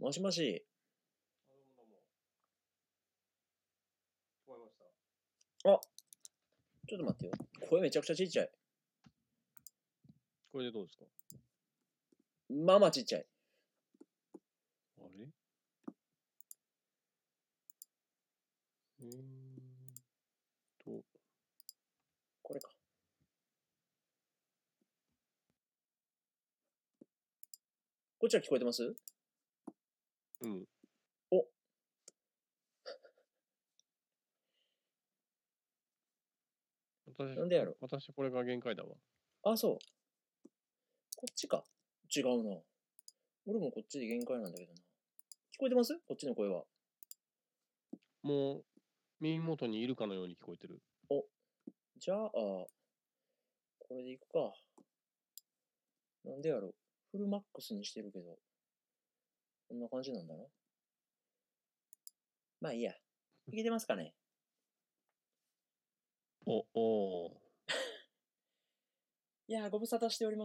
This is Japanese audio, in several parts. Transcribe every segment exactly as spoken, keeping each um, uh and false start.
もしもし。 あ、どうもどうも。聞こえました。 あ、ちょっと待ってよ。声めちゃくちゃちっちゃい。 これでどうですか？ まあまあちっちゃい。 あれうーんと、 これか。こっちは聞こえてます？ うん。 お。 私、 なんでやろ。 私これが限界だわ。 あ、そう。こっちか。違うな。俺もこっちで限界なんだけどな。聞こえてます？こっちの声は。 もう、耳元にいるかのように聞こえてる。 お。じゃあ、これでいくか。なんでやろ。フルマックスにしてるけど。こんな感じなんだな。まあいいや。いけてますかね。 お、おー。 いやー、ご無沙汰しております。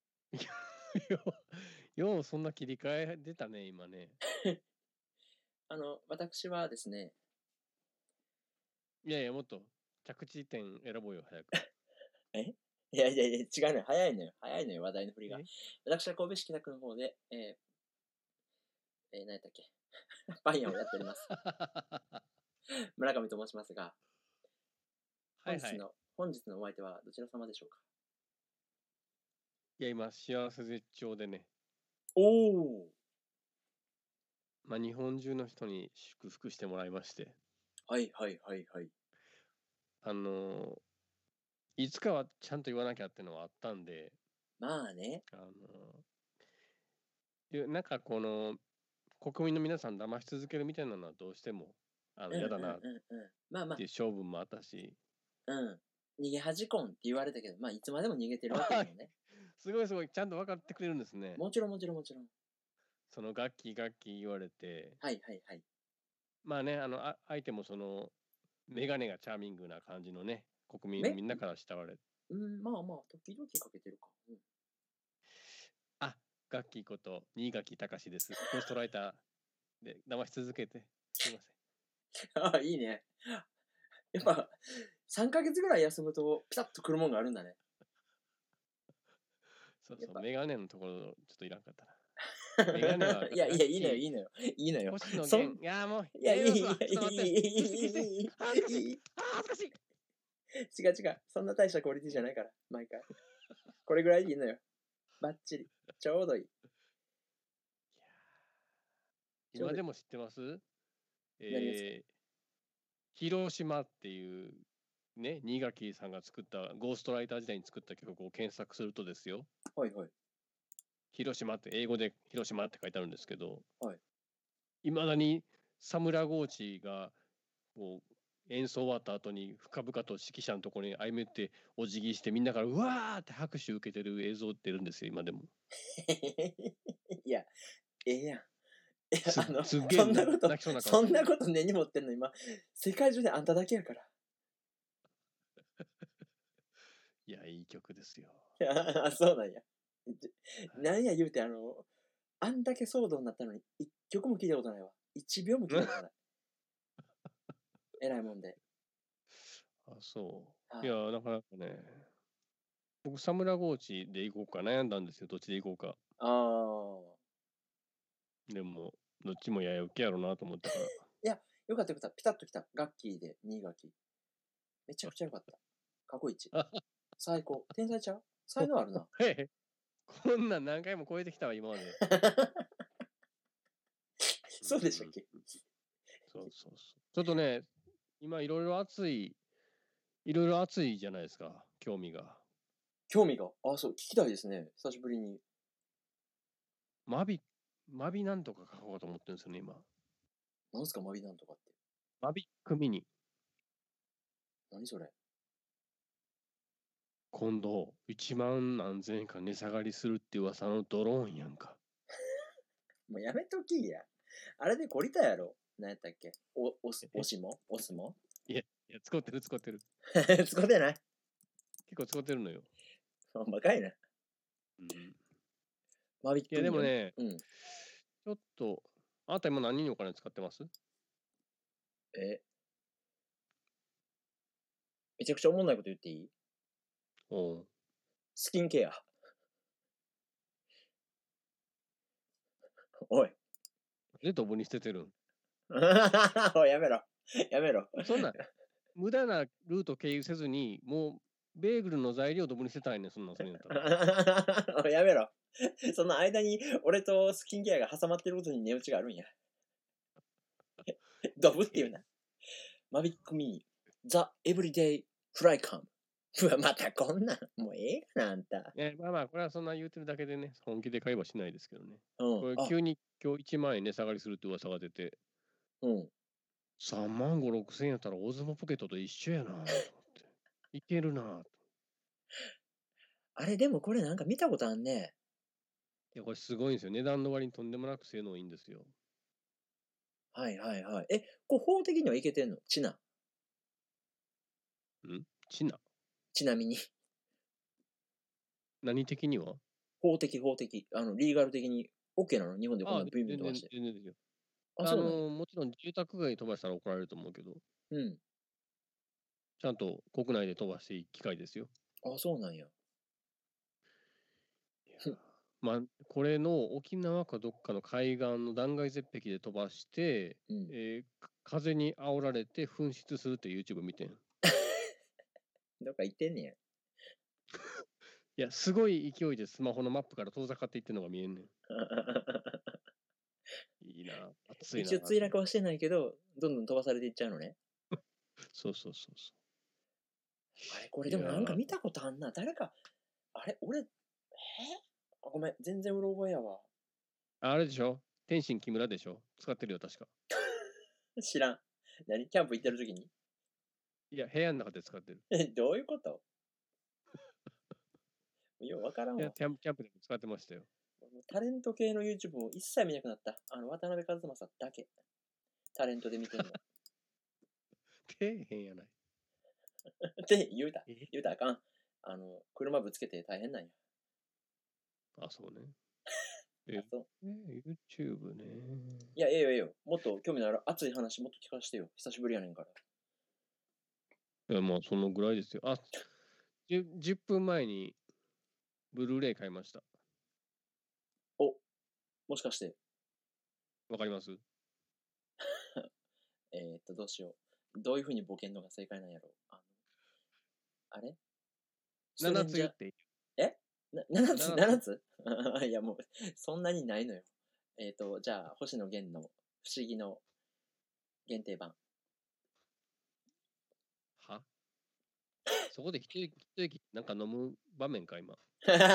よう、そんな切り替え出たね、今ね。 あの、私はですね。 いやいや、もっと着地点選ぼうよ、早く。 えいやいやいや、違うのよ。早いのよ。早いのよ、話題の振りが。 え私は神戸市北区の方で、えー、えー、何やったっけパン屋をやっております。村上と申しますが、 はいはい。 本日の、本日のお相手はどちら様でしょうか？ いや、今、幸せ絶頂でね。 おお。 まあ、日本中の人に祝福してもらいまして。 はいはいはいはい。 あのー、いつかはちゃんと言わなきゃってのはあったんで、 まあね。 あのー、なんかこの、国民の皆さん騙し続けるみたいなのはどうしても、あの、 うんうんうん嫌だなっうん。まあまあ、 ていう勝負もあったし、 うん。逃げ恥こんって言われたけど、まあいつまでも逃げてるわけでもね。 すごいすごい、ちゃんと分かってくれるんですね。 もちろんもちろんもちろん。 その楽器楽器言われて、 はいはいはい。 まあね、あの、あ相手もその、メガネがチャーミングな感じのね、国民めみんなから慕われて。 うん、まあまあ、時々かけてるか。うん、 あ、楽器こと新垣隆です。ゴーストライターで騙し続けて、すいません。 ああ、いいね。やっぱ、さんかげつぐらい休むと、ピタッとくるもんがあるんだね。 そうそう、メガネのところ、ちょっといらんかったな。メガネは、 いやいや、いいのよ、いいのよ。いいのよ。 星野そん源。いやもう、 いや、いい、いい、いい、いやめますわ。ちょっと待って。 いい、 消して消して。 いい、 あー恥ずかしい。 いい。 あー恥ずかしい。 違う違う。そんな大したクオリティじゃないから、毎回。これぐらいでいいのよ。バッチリ。ちょうどいい。 今でも知ってます？ 何ですか？ えー、広島っていうね、新垣さんが作ったゴーストライター時代に作った曲を検索するとですよ。 はいはい。 広島って英語で広島って書いてあるんですけど、 はい。 いまだにサムラゴーチがこう演奏終わった後に深々と指揮者のところに歩めてお辞儀してみんなからうわーって拍手受けてる映像ってるんですよ、今でも。 いや、ええやん。いや、 すあの、 すっげえそんなこと、 泣きそうな顔そんしてる。 なこと根に持ってんの今、世界中であんただけやから。 いや、いい曲ですよ。 いや、そうなんや。 はいなんや言うて、あの、あんだけ騒動になったのに、一曲も聞いたことないわ。一秒も聞いたことない。えらいもんで。 あ、そはう。いや、なかなかね、僕、サムラゴーチで行こうか悩んだんですよ、どっちで行こうか。 あ。ああ。 でも、どっちもやや受けやろうなと思ったから。 いや、よかったよかった。ピタッときた。ガッキーで、新垣。めちゃくちゃよかった。過去一。最高。天才ちゃう？才能あるな。 へえ、こんなん何回も超えてきたわ、今まで。 そうでしたっけ？ そうそうそう。ちょっとね、今いろいろ熱い、いろいろ熱いじゃないですか、興味が。 興味が。あ、そう、聞きたいですね。久しぶりに。 マビ、マビなんとか書こうと思ってるんですよね、今。 なんすか、マビなんとかって。 マビックミニ。 何それ。 今度、いちまん何千円か値下がりするって噂のドローンやんか。 もうやめときや。あれで懲りたやろ。何やったっけ？お、おす、おしもおすもいや、いや、使ってる使ってる。 使ってない。 結構使ってるのよ。 ほんまかいな。 うん。 マビッいや、 クミニ。 でもね、 うん。 ちょっと、あなた今何にお金使ってます？ え、めちゃくちゃおもんないこと言っていい？ おう。 スキンケア。おい。 で、ドブに捨ててるん。 おい、やめろ。やめろ。 そんな、無駄なルート経由せずに、もう、ベーグルの材料をドブに捨てたいねん、そんなんするんやったら。 おい、やめろ。その間に俺とスキンケアが挟まってることに値打ちがあるんや。ドブっていうな。マビックミニ、ザ・エブリデイ・フライカム。うわ、またこんなん、もうええかな、あんた。 え、まあまあ、これはそんな言うてるだけでね、本気で買いはしないですけどね。 うん。 これ、 あ、 急に今日いちまん円値下がりするって噂が出て、 うん。 さんまんご、ろくせんやったら大相撲ポケットと一緒やなと思って。いけるなと。 あれ、でもこれなんか見たことあんね。 いや、これすごいんですよ。値段の割にとんでもなく性能いいんですよ。 はいはいはい。え、これ法的にはいけてんの？ちな。 んちな。 ちなみに。 何的には？ 法的法的。あの、リーガル的に OK なの？日本でこんなあ、 んビンビン全然、 飛ばして。 全然ですよ。 あ、 あそうなんや。 の、もちろん住宅街に飛ばしたら怒られると思うけど、 うん。 ちゃんと国内で飛ばしていい機械ですよ。 あ、そうなんや。 まあ、これの沖縄かどっかの海岸の断崖絶壁で飛ばして、 うん。 えー風に煽られて噴出するって YouTube 見てん。 どっか行ってんねや。 いや、すごい勢いでスマホのマップから遠ざかっていってるのが見えんねん。いいな、熱いな。 一応墜落はしてないけど、どんどん飛ばされていっちゃうのね。 そうそうそうそあれ、これでもいやーなんか見たことあんな。誰か、あれ、俺、えあごめん、全然うろ覚えやわ。 う。あれでしょ天心木村でしょ使ってるよ、確か。 知らん。何キャンプ行ってる時にいや、部屋の中で使ってる。 え、どういうことようわからんわ。 いやキャンプ、キャンプでも使ってましたよ。 タレント系の YouTube も一切見なくなった。あの、渡辺和正だけ。タレントで見てんの。っ底辺やない。 て言うた。 え言うたらあかん。あの、車ぶつけて大変なんや。 あ、そうね。 あえ、 そうえ YouTube ね。 いや、ええよええよ。もっと興味のある熱い話もっと聞かせてよ。久しぶりやねんから。 いや、まあ、そのぐらいですよ。あ、じゅじゅっぷんまえにブルーレイ買いました。 お、もしかして。 わかります？ えー、っと、どうしよう。どういうふうにボケんのが正解なんやろう。あの、あれストレ 7 ンジャーつ言っていい？ えな ?なな つ 7 ?ななつついや、もう、そんなにないのよ。えっ、と、じゃあ、星野源の不思議の限定版。 はそこで一息、一息なんか飲む場面か、今。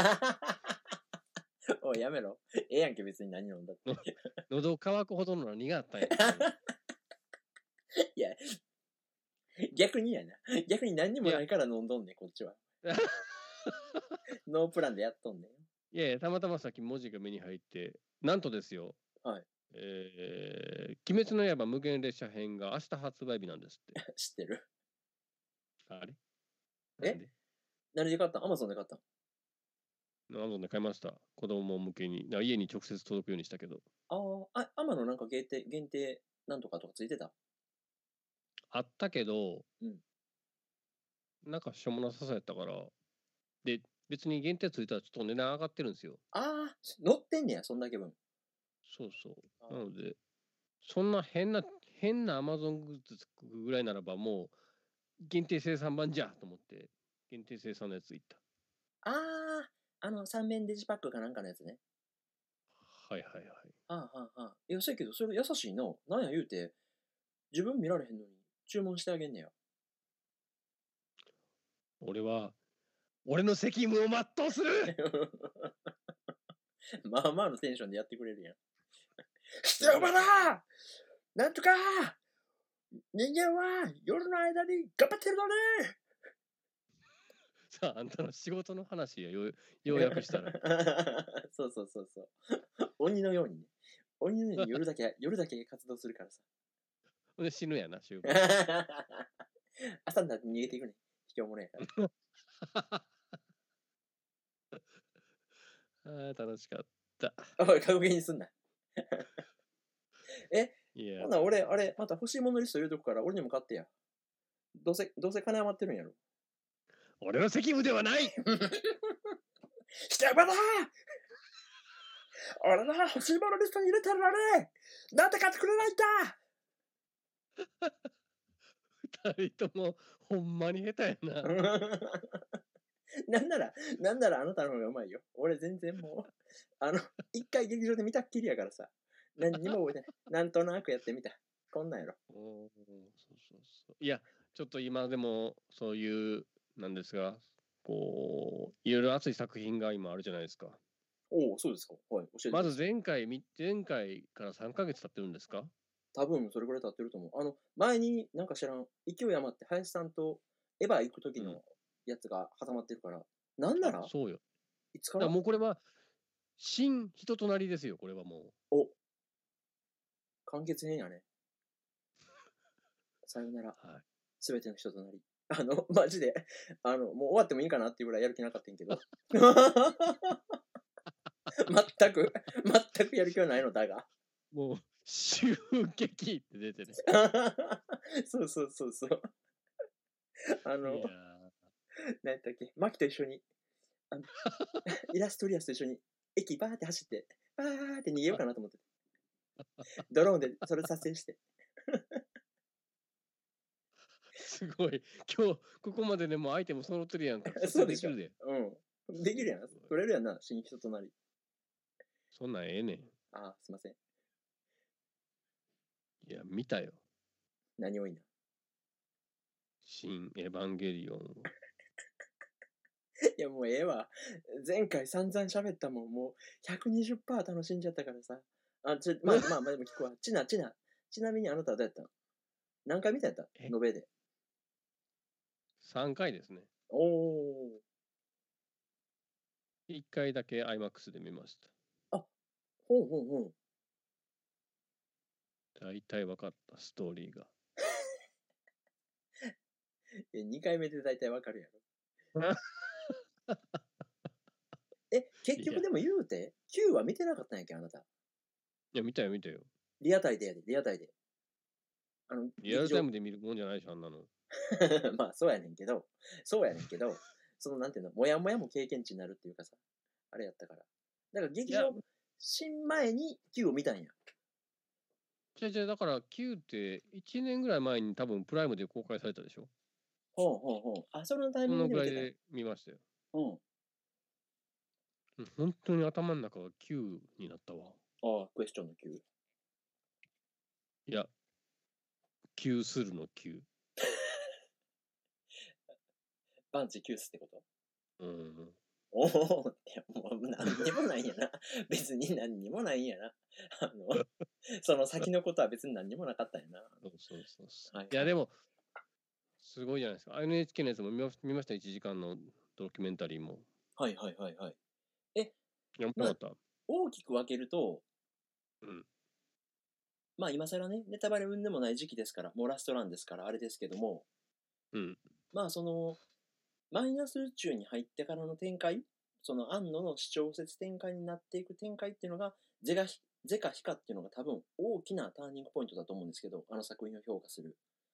おい、やめろ。ええやんけ、別に何飲んだって。 の喉乾くほどの何があったんや。 いや、逆にやな。逆に何にもいやないから飲んどんねん、こっちは。ノープランでやっとんねん。 いやいや、たまたまさっき文字が目に入って、なんとですよ。 はい。 えー、鬼滅の刃無限列車編が明日発売日なんですって。 知ってる。 あれえなんで何で買ったん？アマゾンで買ったん？ アマゾンで買いました。子供向けに。だから家に直接届くようにしたけど。 ああ、あ、アマのなんか限定、限定なんとかとかついてた？ あったけど、 うんなんかしょうもなさそうやったから。で、別に限定ついたらちょっと値段上がってるんですよ。 ああ、乗ってんねや、そんだけ分。 そうそあう。なので、そんな変な、変なアマゾングッズぐらいならばもう、限定生産版じゃと思って、限定生産のやついった。 ああ、あの、三面デジパックかなんかのやつね。 はいはいはい。 ああ、ああ、ああ。いや、せやけど、それ優しいな。なんや言うて、自分見られへんのに注文してあげんねや。 俺は、俺の責務を全うするまあまあのテンションでやってくれるやん。必要ばだなんとか人間は夜の間に頑張ってるのねさあ、あんたの仕事の話やようようやくしたら。 そうそうそうそう。鬼のようにね。鬼のように夜だけ、夜だけ活動するからさ。 ほんで死ぬやな、終盤。 朝になって逃げていくね。卑怯者やから。 あー楽しかった。 おい、過去形にすんな。 え、 いやほんなら俺、あれ、また欲しいものリスト入れとくから、俺にも買ってや。どうせ、どうせ金余ってるんやろ。 俺の責務ではない下場だ俺の欲しいものリストに入れてるのになんで買ってくれないんだ二人ともほんまに下手やな。 なんなら、なんならあなたの方がうまいよ。俺全然もう、あの、一回劇場で見たっきりやからさ。何にも覚えてない。なんとなくやってみた。こんなんやろ。 おーそうそうそう。いや、ちょっと今でもそういう、なんですが、こう、いろいろ熱い作品が今あるじゃないですか。 おお、そうですか。はい、教えてくまずださい。 前回み、前回からさんかげつ経ってるんですか？ 多分それぐらい経ってると思う。あの、前になんか知らん、勢い余って林さんとエヴァ行く時のうん。 やつが挟まってるから、なんなあ、 ら、 そうよ。だからいつからもうこれは、新人となりですよ、これはもお、完結編やね。さよなら。 う。はい。 すべての人となり。あの、マジで、あの、もう終わってもいいかなっていうぐらいやる気なかったんやけど。全く、全くやる気はないのだが。 もう、襲撃って出てね。 そうそうそうそう。あいの、 や何やったっけ、マキと一緒に、あのイラストリアスと一緒に、駅バーって走って、バーって逃げようかなと思ってて。ドローンでそれ撮影して。 すごい。今日、ここまででもうアイテム揃ってるやんか。撮そうでしょ。 影できるで。 うん。できるやん。撮れるやんな、新人となり。 そんなんええねん。 ああ、すいません。 いや、見たよ。 何多いな。 新エヴァンゲリオンを。 いや、もうええわ。前回散々喋ったもん。もうひゃくにじゅっパーセント楽しんじゃったからさ。あ、ちょ、まあまあまあでも聞くわ。ちな、ちな。ちなみにあなたはどうやったの？何回見たんやったえ延べで。 さんかいですね。 おー。 いっかいだけ アイマックス で見ました。 あ、ほんほんほん。 大体分かった、ストーリーが。 え、にかいめで大体わかるやろ。え、結局でも言うて、きゅうは見てなかったんやっけ、あなた。 いや、見たよ、見たよ。 リアタイでやで、リアタイで。あの、 リアルタイムで見るもんじゃないでしょ、あんなの。 まあ、そうやねんけど、そうやねんけど、その、なんていうの、もやもやも経験値になるっていうかさ、あれやったから。だから劇場、新前にきゅうを見たんや。 じゃじゃだからきゅうっていちねんぐらい前に多分プライムで公開されたでしょ。 ほうほうほう。あ、それのタイそミングで見てたんや。 のぐらいで見ましたよ。 うん。 うん本当に頭の中がきゅうになったわ。 ああ、クエスチョンのきゅう。 いや、きゅうするのきゅう。 パンチきゅうスってこと？ うん。 おお、いや、もう何にもないんやな。別に何にもないんやな。あの、その先のことは別に何にもなかったんやな。 そうそうそうそう。 はいいや、でも、すごいじゃないですか。エヌエイチケー のやつも見ま見ました、いちじかんのドキュメンタリーも。 はいはいはいはい。え、 いや、面白かった。 大きく分けると、 うん。 まあ今更ね、ネタバレうんでもない時期ですから、もうラストランですから、あれですけども、 うん。 まあその、マイナス宇宙に入ってからの展開、その安野の視聴説展開になっていく展開っていうのが、ゼガヒゼかヒカっていうのが多分大きなターニングポイントだと思うんですけど、あの作品を評価する。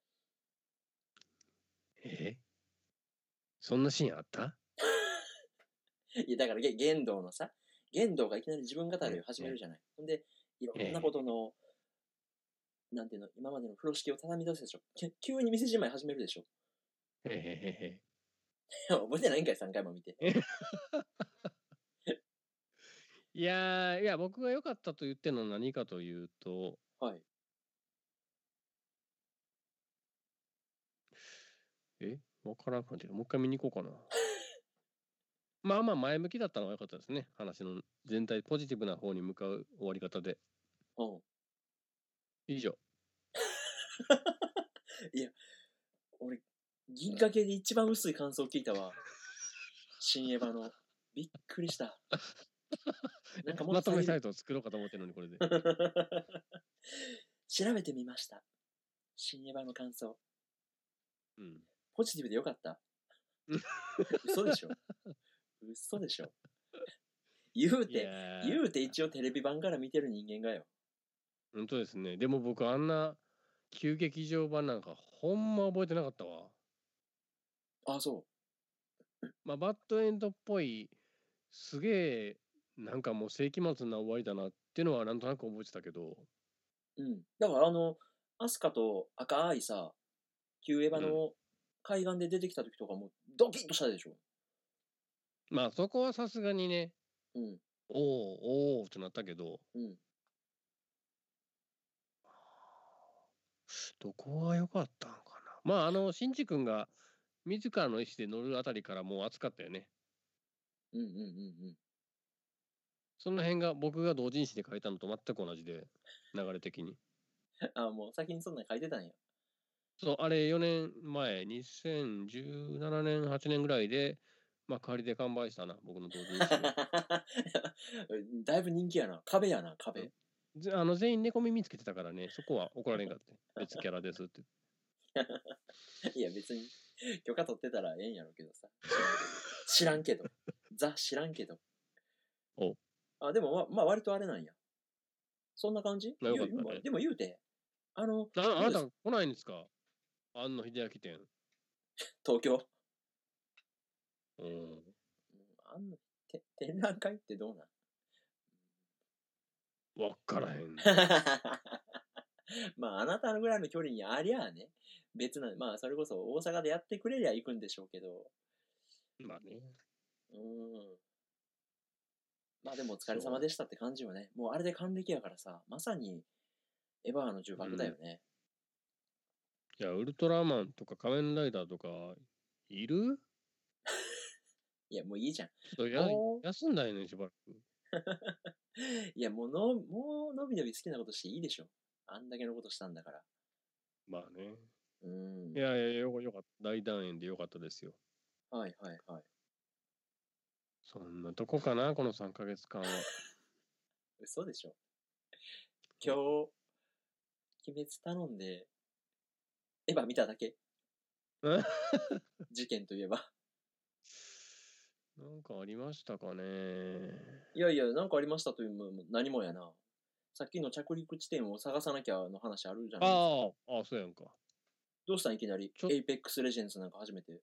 えそんなシーンあった？ いや、だからげ玄道のさ、玄道がいきなり自分語りを始めるじゃない。ほんで、いろんなことの、なんていうの、今までの風呂敷を畳み出すでしょ。き急に店じまい始めるでしょ。 へへへへ。 覚えてないんかい、さんかいも見て。 いやー、いや、僕が良かったと言ってるのは何かというと、 はい。 えわからん感じで、もう一回見に行こうかな。まあまあ前向きだったのが良かったですね。話の全体、ポジティブな方に向かう終わり方で。 うん。 以上。 いや、俺、銀河系で一番薄い感想聞いたわ。新エヴァの。びっくりした。なんかもっまとめと下げるサイトを作ろうかと思ってるのに、これで。 調べてみました。新エヴァの感想。 うん。 ポジティブでよかった。嘘でしょ嘘でしょ言ういて、 やー、 言うて一応テレビ版から見てる人間がよ。 本当ですね。でも僕、あんな旧劇場版なんか、ほんま覚えてなかったわ。 あ、そまあ、バッドエンドっぽい、すげえ、なんかもう世紀末な終わりだなっていうのはなんとなく覚えてたけど、 う。うん。だからあの、アスカと赤いさ、旧エヴァうん。 の海岸で出てきた時とかもドキッとしたでしょ。 まあ、そこはさすがにね、 うん。 おお、おおってなったけど、 うん。 どこが良かったんかな。まあ、あの、シンジ君が自らの意思で乗るあたりからもう熱かったよね。 うんうんうんうん。 その辺が僕が同人誌で書いたのと全く同じで、流れ的に。 あ、もう先にそんなん書いてたんや。 そう、あれよねんまえ、にせんじゅうななねん、はちねんぐらいで、まあ、仮で完売したな、僕の同人誌で。 だいぶ人気やな。壁やな、壁。 ぜあの全員猫耳つけてたからね、そこは怒られんかって。別キャラですって。 いや別に許可取ってたらええんやろうけどさ。知らんけど。知らんけど。ザ知らんけど。 お、 あ、でもま、まあ割とあれなんや。そんな感じまあよ言うまあかったね。 でも言うて、あの、 あ、あどうですなた来ないんですか、庵野秀明店。 東京。 うん。 うんあんのて展覧会ってどうなんわからへん。 まあ、あなたのぐらいの距離にありゃあね、別な、まあ、それこそ大阪でやってくれりゃ行くんでしょうけど、 まあね。 うーん。まあでもお疲れ様そでしたって感じよね。もうあれで還暦やからさ、まさにエヴァーの呪う。う縛だよん。 ね。 いや、ウルトラマンとか仮面ライダーとか、いるいや、もういいじゃん。 ちょっとやも休んだよね、しばらく。 う、いや、もうの、もうのびのび好きなことしていいでしょ。あんだけのことしたんだから。 まあね。 うーん。 いやいや、よよかった。大団円でよかったですよ。 はいはいはい。 そんなとこかな、このさんかげつかんは。 嘘でしょ。 うん今日、鬼滅頼んで、エヴァ見ただけ事件といえば。 なんかありましたかね。 いやいや、なんかありましたというも何もやな。さっきの着陸地点を探さなきゃの話あるじゃないですか。 ああ、ああ、そうやんか。 どうしたんいきなり。 ちょっとエイペックスレジェンズなんか初めて。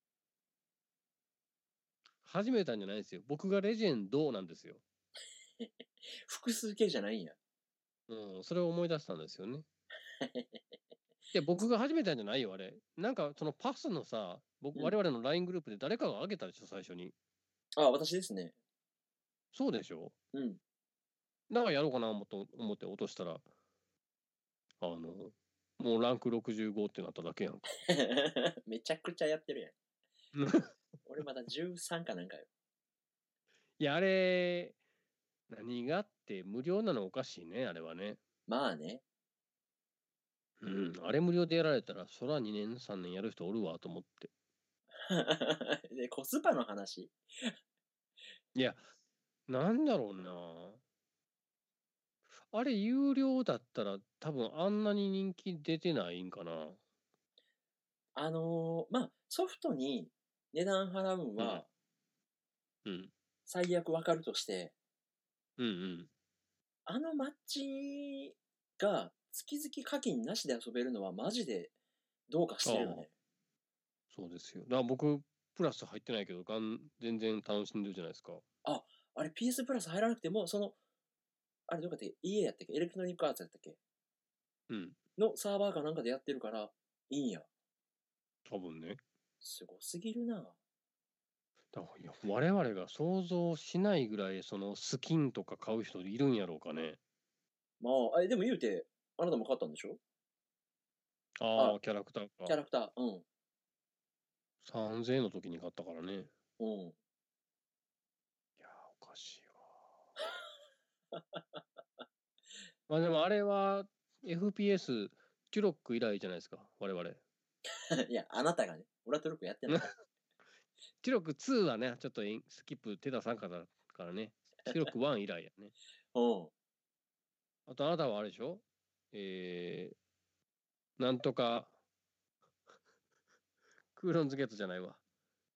始めたんじゃないですよ。僕がレジェンドなんですよ。 複数形じゃないんや。 うん、それを思い出したんですよね。いや、僕が始めたんじゃないよ、あれ。なんか、そのパスのさ、僕、 うん。 我々の ライン グループで誰かが上げたでしょ、最初に。 あ、私ですね。 そうでしょ。 うん。 だからやろうかな思って思って落としたら、あの、もうランクろくじゅうごってなっただけやんか。 めちゃくちゃやってるやん。俺まだじゅうさんかなんかよ。 いや、あれ、何があって無料なのおかしいね、あれはね。 まあね。 うん、あれ無料でやられたら、そらにねん、さんねんやる人おるわと思って。 で、コスパの話。 いや、なんだろうな。あれ、有料だったら、多分あんなに人気出てないんかな。 あのーまあ、ソフトに値段払うんうん、 はうん、 最悪わかるとして、 うん、うん。 あのマッチが月々課金なしで遊べるのはマジでどうかしてるよああ、 ね。 そうですよ。だから僕、プラス入ってないけど、がん全然楽しんでるじゃないですか。 あ、あれ ピーエス プラス入らなくても、その、あれどうかって イーエー やったっけエレクトロニックアーツやったっけうん、 のサーバーかなんかでやってるからいいんや。 多分ね。 すごすぎるな。 だからいや我々が想像しないぐらい、そのスキンとか買う人いるんやろうかね。 まあ、え、でも言うて、あなたも買ったんでしょあ、 ああ、キャラクターか。 キャラクター。うん。 さんぜんえんの時に買ったからね。 うん。 いやー、おかしいわ。まあでもあれは エフピーエス、テュロック以来じゃないですか、我々。 いや、あなたがね、オラトルクやってないから。 テュロックツーはね、ちょっとスキップ手出さんかったからね。テュロックワン以来やね。 うん。 あとあなたはあれでしょ、えー、なんとか、クーロンズゲットじゃないわ。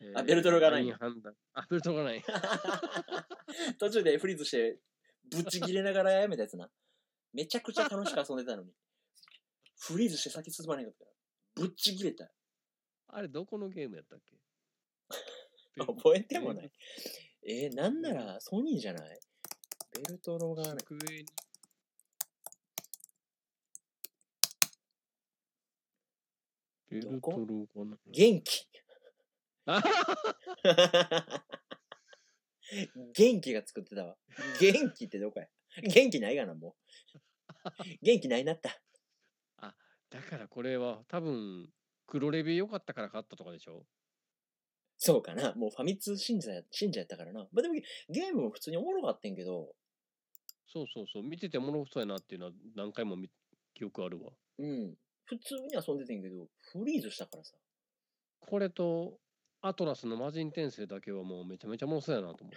あ、ベルトルがないんやライン判断。あ、ベルトルがない。 途中でフリーズしてぶっちぎれながらやめたやつな。めちゃくちゃ楽しく遊んでたのに。フリーズして先進まないかったから。ぶっちぎれた。 あれ、どこのゲームやったっけ？ 覚えてもない。えー、なんならソニーじゃない？ベルトロがない。 机に。ベルトロがない。 元気。元気が作ってたわ。元気ってどこや？元気ないがな、もう。元気ないなった。 あ、だからこれは多分、黒レビュー良かったから買ったとかでしょ？ そうかな。もうファミ通信者信者やったからな。まあでもゲームも普通におもろかってんけど。 そうそうそう。見てておもろそうやなっていうのは何回も見記憶あるわ。 うん。普通に遊んでてんけど、フリーズしたからさ。 これと、アトラスの魔人転生だけはもうめちゃめちゃおもろそうやなと思って。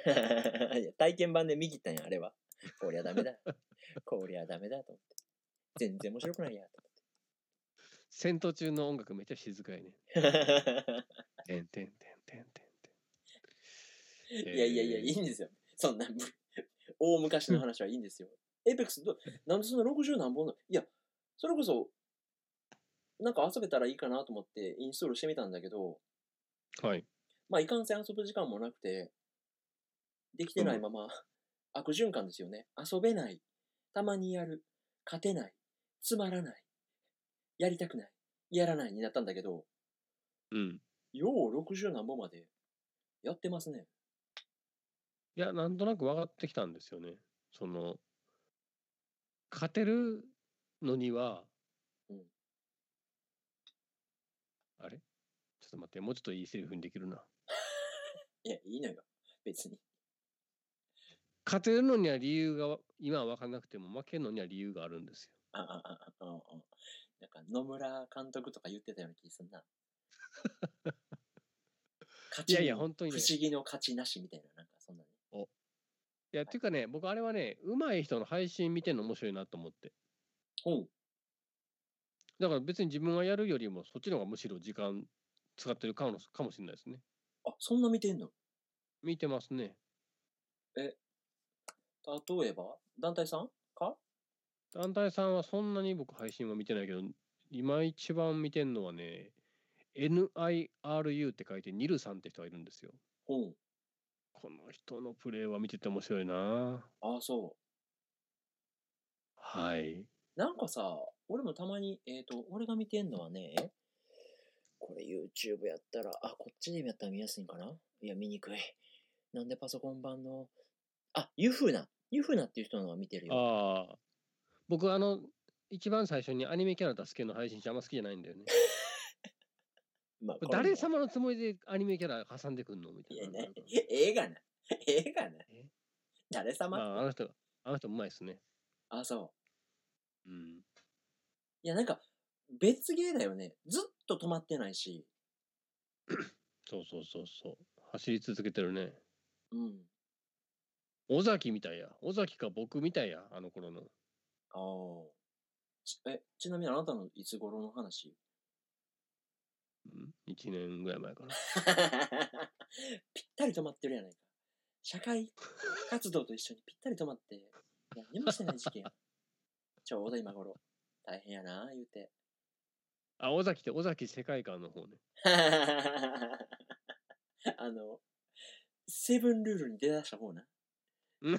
いや体験版で見切ったんや、あれは。こりゃダメだ。こりゃダメだと思って。全然面白くないやと思って。 戦闘中の音楽めっちゃ静かやね。てんてんてんてんてんてん。 いやいやいや、いいんですよ。そんな、大昔の話はいいんですよ。エイペックス、なんでそんなろくじゅう何本の、いや、それこそ、なんか遊べたらいいかなと思ってインストールしてみたんだけど、 はい。 まあ、いかんせん遊ぶ時間もなくて、できてないまま、悪循環ですよね。遊べない。たまにやる。勝てない。つまらない。やりたくない。やらないになったんだけど、 うん。 ようろくじゅう何本までやってますね。 いや、なんとなく分かってきたんですよね。その、勝てるのには、 うん、 あれちょっと待って、もうちょっといいセリフにできるな。 いや、いいのよ。別に。 勝てるのには理由が今は分からなくても、負けるのには理由があるんですよ。 ああ、ああ、ああ、なんか野村監督とか言ってたような気がするな。勝ちにいやいや、本当にね。 不思議の勝ちなしみたいな、なんかそんなね。 お。いや、っていうかね、僕あれはね、上手い人の配信見てるの面白いなと思って。 ほう。 だから別に自分がやるよりも、そっちの方がむしろ時間使ってるかもかもしれないですね。 あ、そんな見てんの？ 見てますね。 え、例えば団体さんか？ 団体さんはそんなに僕配信は見てないけど、今一番見てんのはね、エヌアイアールユー って書いてニルさんって人がいるんですよ。 ほう。 この人のプレーは見てて面白いな。 ああ、そう。 はい。 なんかさ、俺もたまに、えっ、ー、と、俺が見てんのはね、これ YouTube やったら、あ、こっちでやったら見やすいんかな？いや、見にくい。なんでパソコン版の、あ、ユフナ。ユフナっていう人のは見てるよ。 ああ。僕あの、一番最初にアニメキャラ出す系の配信者あんま好きじゃないんだよね。まあ、誰様のつもりでアニメキャラ挟んでくんのみたいな。いやね、 映画な。映画な。誰様って、 まあ、あの人、あの人うまいっすね。 あ、そう。 うん。 いや、なんか、別ゲーだよね。ずっと止まってないし。 そうそうそうそう。走り続けてるね。 うん。 尾崎みたいや。尾崎か僕みたいや、あの頃の。 ああ。え、ちなみにあなたのいつ頃の話？ うんいちねんぐらい前かな。 ぴったり止まってるやないか。社会活動と一緒にぴったり止まって、何もしてない時期や。ちょうど今頃。大変やな、言うて。 あ、尾崎って尾崎世界観の方ね。 あの、セブンルールに出だした方な。 うん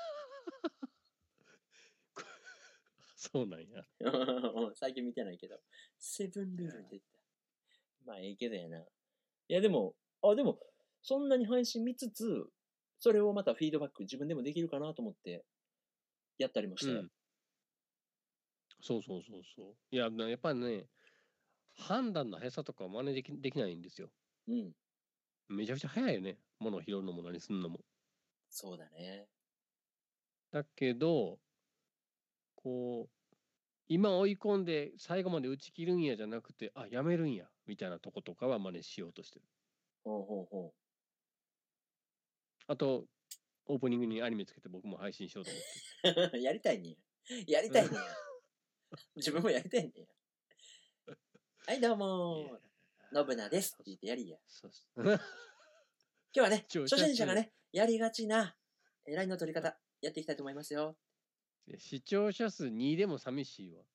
そうなんや。 最近見てないけど。セブンルールに出てた。まあ、ええけどやな。いや、でも、あ、でも、そんなに配信見つつ、それをまたフィードバック自分でもできるかなと思って、やったりもして。うん、 そうそうそうそう。いや、やっぱりね、判断の速さとか真似できできないんですよ。 うん。 めちゃくちゃ速いよね。物を拾うのも何すんのも。 そうだね。 だけど、こう、今追い込んで最後まで打ち切るんやじゃなくて、あ、やめるんや、みたいなとことかは真似しようとしてる。 ほうほうほう。 あと、オープニングにアニメつけて僕も配信しようと思って。やりたいねや。やりたいねや。自分もやりたいねや。はい、どうもー。のぶなですって言ってやりや。 そうっす。 日はね、 視聴者初心者がね、やりがちな、えー ライン の取り方、やっていきたいと思いますよ。 視聴者数にでも寂しいわ。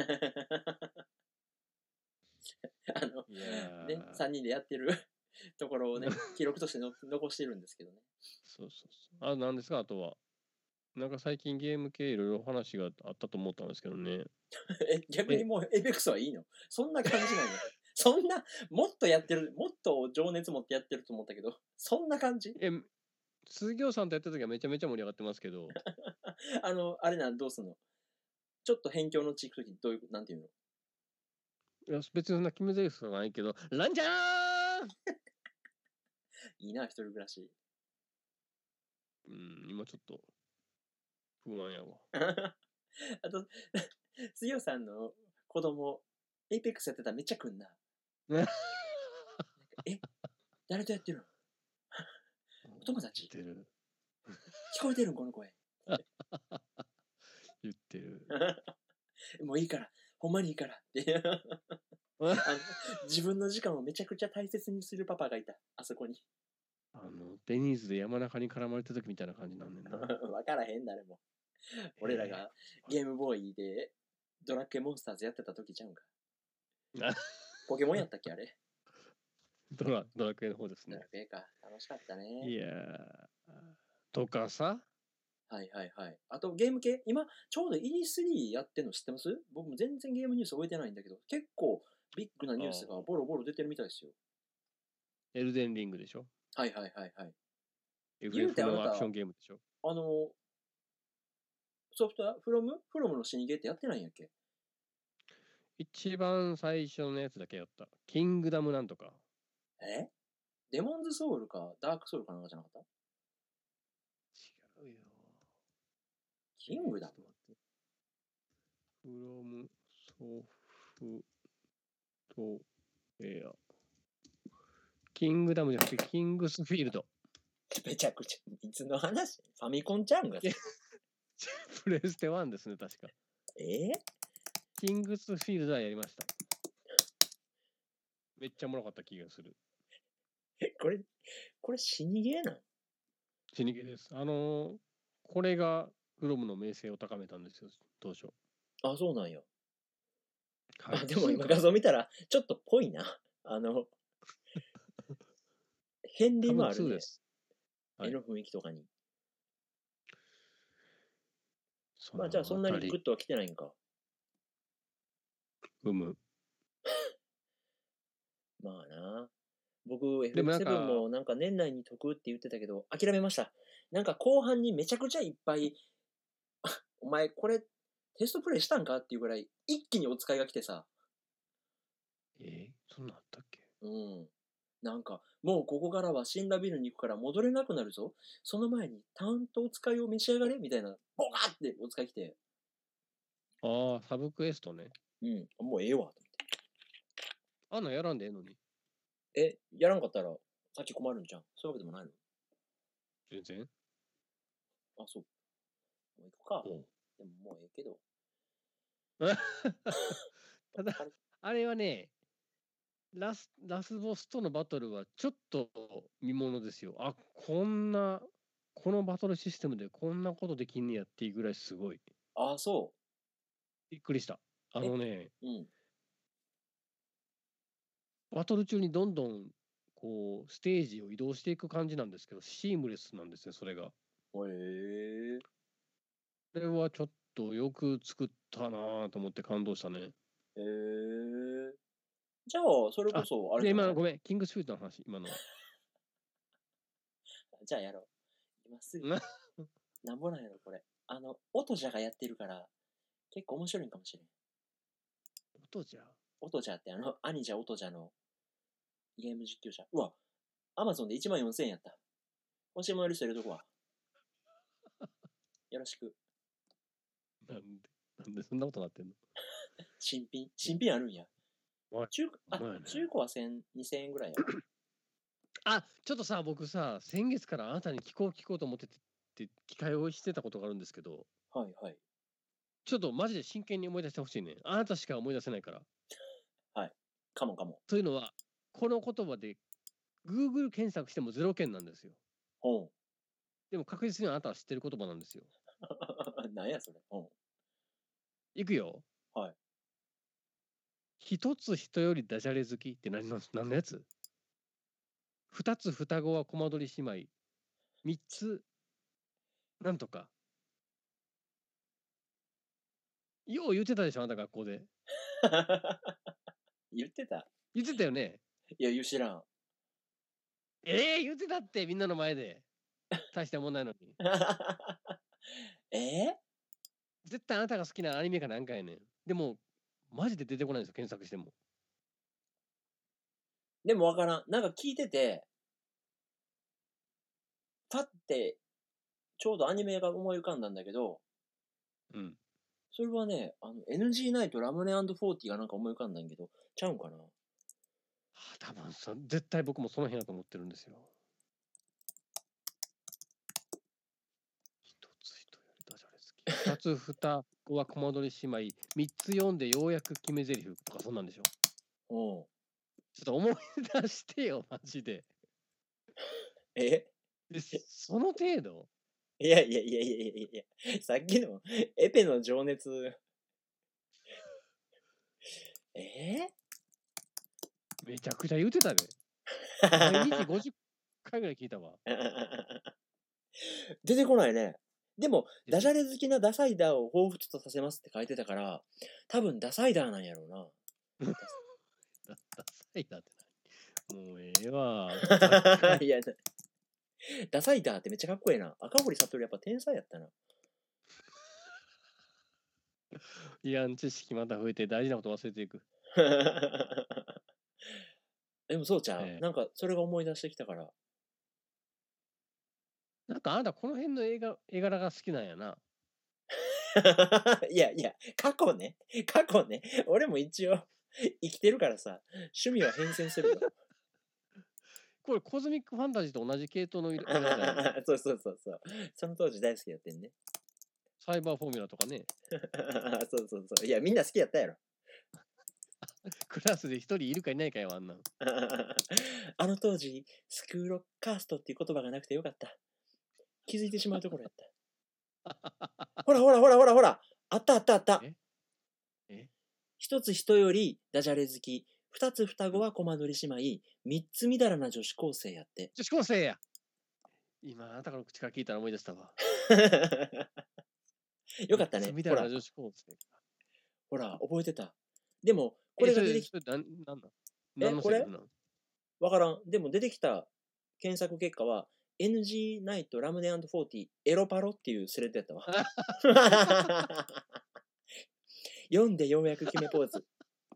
あの、 いやね、 ーさんにんでやってるところをね、記録としての残してるんですけどね。 そうそうそう。あ、なんですか、あとは。なんか最近ゲーム系いろいろ話があったと思ったんですけどね。 え、逆にえ、 もうエイペックスはいいの？そんな感じなんや。そんな、もっとやってる、もっと情熱持ってやってると思ったけど、そんな感じ？ え、鈴行さんとやった時はめちゃめちゃ盛り上がってますけど、 あの、あれなん、どうすんの？ちょっと辺境の地行くとき、どういう、なんていうの？ いや別にそんな決め台詞はないけど、ランジャーンいいな、一人暮らし。 うん、今ちょっと不安やわ。 あと、杉尾さんの子供、エイペックスやってたらめっちゃ来んな。なんかえ、誰とやってるの？お友達？ 言ってる。 聞こえてるんこの声。 言ってる。 もういいから、ほんまにいいからってあの。自分の時間をめちゃくちゃ大切にするパパがいた、あそこに。 あの、デニーズで山中に絡まれた時みたいな感じなんねんな。 わからへん、誰も。俺らがゲームボーイでドラッケンモンスターズやってた時ちゃうんか。ポケモンやったっけあれ。 ドラ、ドラクエの方ですねドラ。クエか。楽しかったね。 いやー、とかさ、 はいはいはい。あとゲーム系、今ちょうど イースリー やってんの知ってます？僕も全然ゲームニュース終えてないんだけど、結構ビッグなニュースがボロボロ出てるみたいですよ。 エルデンリングでしょ。 はいはいはいはい。 エフ言エフうてあなたのアクションゲームでしょ。 あの、ソフトウェア、フロムフロムの死にゲーってやってないんやっけ？ 一番最初のやつだけやった。キングダムなんとか。 えデモンズソウルかダークソウルかなんかじゃなかった？ 違うよ。 キングダム、 えーちょっと待って from ソフトウェア。キングダムじゃなくて、キングスフィールド。 めちゃくちゃ、いつの話？ファミコンちゃうんが。 プレステワンですね、確か。 えキングスフィールドはやりました。めっちゃおもろかった気がする。 ー、これ、これ死にゲーなん？ 死にゲーです。あのー、これがフロムの名声を高めたんですよ、当初。 あ、そうなんや。 はい、 あ、でも今ツーか画像見たら、ちょっとぽいな。あの、ヘンリ多分ーもあるツーでね。 す。はい絵の雰囲気とかに。 そまあじゃあそんなのあたり、 にグッとは来てないんか。 うむ。 まあな。僕、 でもなんエフエフセブンか、 もなんか年内に解くって言ってたけど、諦めました。なんか後半にめちゃくちゃいっぱい、お前これテストプレイしたんかっていうぐらい、一気にお使いが来てさ。 えー、そんなんあったっけ？ うん。なんか、もうここからは死んだビルに行くから戻れなくなるぞ。その前に担当使いを召し上がれみたいな、ボカーってお使い来て。 ああ、サブクエストね。 うん。もうええわ。と思ってあんなんやらんでええのに。 え、やらんかったら、さっき困るんじゃん。そういうわけでもないの？ 全然。 あ、そう。もう行くか。 おうでももうええけど。 ただ、あれはね、ラス、ラスボスとのバトルはちょっと見ものですよ。あ、こんな、このバトルシステムでこんなことできんねやっていうぐらいすごい。 あ、そびっくりした。あのね、 う。うん。 バトル中にどんどんこうステージを移動していく感じなんですけど、シームレスなんですね、それが。 へえ。 これはちょっとよく作ったなぁと思って感動したね。 へえ。じゃあ、それこあ、 そ、あれで、 じゃない？ 今のごめん、キングスフィールドの話、今のは。 じゃあやろう。今すぐ。 ななんぼなんやろ、これ。あの、音じゃがやってるから、結構面白いんかもしれん。 音じゃ。 音じゃってあの、兄じゃ音じゃのゲーム実況者。うわ、アマゾンでいちまんよんせんえんやった。欲しいものリスト入れとこわ。よろしく。 なんで、なんでそんなことなってんの？ 新品新品あるんや。 おい中あ、 お前ね中古はせん、にせんえんぐらいや。 あ、ちょっとさ、僕さ、先月からあなたに聞こう聞こうと思ってて、って機会をしてたことがあるんですけど、 はいはい。 ちょっとマジで真剣に思い出してほしいね。あなたしか思い出せないから。 はい。かもかも。 というのは、この言葉で Google 検索してもゼロ件なんですよ。 ほん。 でも確実にあなたは知ってる言葉なんですよ。 なんやそれ。ほん。 いくよ。 はい。 一つ人よりダジャレ好きって何の何のやつ？二つ双子はコマ撮り姉妹。三つなんとか。よう言ってたでしょ、あなた学校で。 言ってた。 言ってたよね。 いや、言う知らん。 ええー、言ってたってみんなの前で。大したもんないのに。 えー、 絶対あなたが好きなアニメかなんかやねん。でも、マジで出てこないんですよ、検索しても。 でもわからん。なんか聞いてて、パッて、ちょうどアニメが思い浮かんだんだけど、 うん。 それはね、あの、エヌジー ナイトラムネ &フォーティーがなんか思い浮かんだんやけど、ちゃうんかな。 はあ、多分そ絶対僕もその辺だと思ってるんですよ。一つ人よりダジャレ好き。二つ双子はコマ撮り姉妹。三つ読んでようやく決め台詞とかそんなんでしょ。 うん。 ちょっと思い出してよ、マジで。 えでその程度いやいやいやいやいやいや、さっきのエペの情熱。えめちゃくちゃ言ってたで。毎日ごじゅっかいぐらい聞いたわ。 出てこないね。でも、ダジャレ好きなダサイダーを彷彿とさせますって書いてたから、多分ダサイダーなんやろうな。 ダダサイダーって何？もうええわ。 いや、ダサイダーってめっちゃかっこいいな。赤堀悟やっぱ天才やったな。 いやん知識また増えて大事なこと忘れていく。 でもそうちゃう、 ええなんかそれが思い出してきたから。 なんかあなたこの辺の映画絵柄が好きなんやな。 いやいや、過去ね。過去ね。俺も一応生きてるからさ、趣味は変遷するよ。 これコズミックファンタジーと同じ系統の絵柄じゃないの？ そうそうそうそう。その当時大好きやってんね。 サイバーフォーミュラとかね。 そうそうそう。いや、みんな好きやったやろ。 クラスで一人いるかいないかよ、あんなん。 あの当時、スクーロカーストっていう言葉がなくてよかった。気づいてしまうところやった。ほらほらほらほらほら、あったあったあった。 ええ一つ人よりダジャレ好き、二つ双子はコマ撮り姉妹、三つみだらな女子高生やって。 女子高生や。今あなたから口から聞いたら思い出したわ。 よかったね。ほらみたいな、女子高生か。 ほら、覚えてた。でも、これが出てきえ、それ、それなんなんなんえ何のセリフなの？ わからん。でも出てきた検索結果は、エヌジー ナイトラムネ &フォーティー エロパロっていうスレッドやったわ。読んでようやく決めポーズ。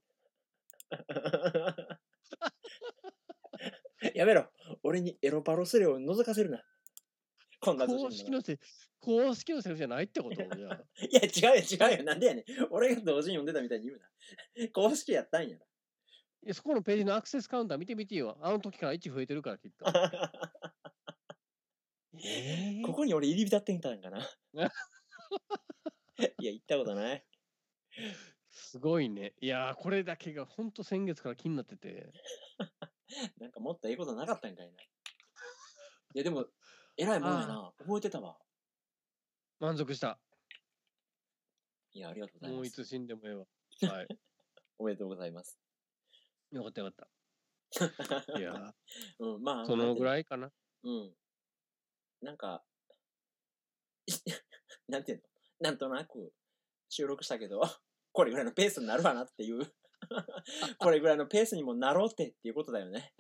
やめろ。俺にエロパロスレを覗かせるな。こんな公式のせ公式のセリフじゃないってこと？じゃあ。 いや、違うよ、違うよ。なんでやねん。俺が同時に読んでたみたいに言うな。公式やったんやろ。 いやそこのページのアクセスカウンター見てみてよ。あの時からいち増えてるからきっと。えー、 ここに俺入り浸ってみたんかな。いや、行ったことない。 すごいね。いやー、これだけが本当先月から気になってて。 なんかもっとええことなかったんかいな。いや、でも、偉いもんやな。覚えてたわ。 満足した。 いや、ありがとうございます。 もういつ死んでもええわ。はい。 おめでとうございます。 よかったよかった。いやうん、まあ、 ー、そのぐらい。 いかな。 うん。なんか、なんていうの、なんとなく収録したけど、これぐらいのペースになるわなっていう、これぐらいのペースにもなろうってっていうことだよね。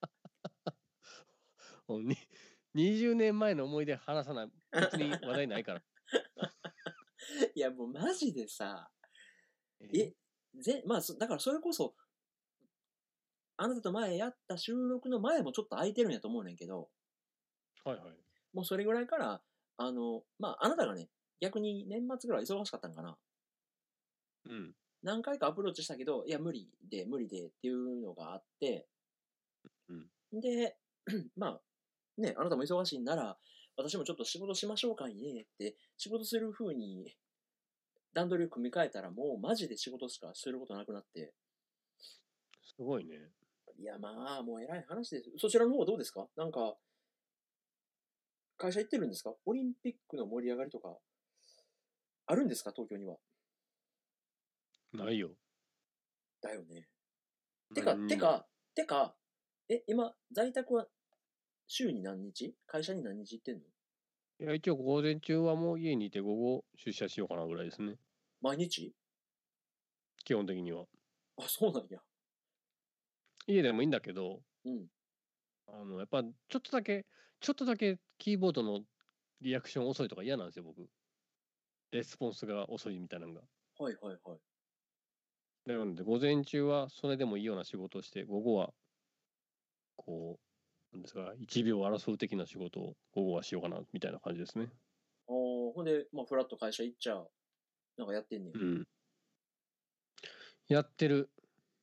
もうににじゅうねんまえの思い出話さない。別に話題ないから。 いや、もうマジでさ、 ええ、ぜ、まあ、そだからそれこそ、あなたと前やった収録の前もちょっと空いてるんやと思うねんけど、 はいはい。 もうそれぐらいから、あの、まあ、あなたがね、逆に年末ぐらい忙しかったんかな。 うん。 何回かアプローチしたけど、いや、無理で、無理でっていうのがあって、 うん。 で、まあ、ね、あなたも忙しいんなら、私もちょっと仕事しましょうかいねって、仕事する風に段取りを組み替えたら、もうマジで仕事しかすることなくなって、 すごいね。 いや、まあ、もう偉い話です。そちらの方はどうですか？なんか、会社行ってるんですか？オリンピックの盛り上がりとか、あるんですか？東京には。 ないよ。 だよね。てか、 何にも。 てか、てか、え、今、在宅は週に何日？会社に何日行ってんの？ いや、一応午前中はもう家にいて午後出社しようかなぐらいですね。 毎日？ 基本的には。 あ、そうなんや。 家でもいいんだけど、 うん。 あの、やっぱちょっとだけ、ちょっとだけキーボードのリアクション遅いとか嫌なんですよ、僕。レスポンスが遅いみたいなのが。 はいはいはい。 なので、午前中はそれでもいいような仕事をして、午後は、こう、なんですか、いちびょう争う的な仕事を午後はしようかな、みたいな感じですね。 あー、ほんで、まあ、フラット会社行っちゃ、なんかやってんねや。 うん。やってる。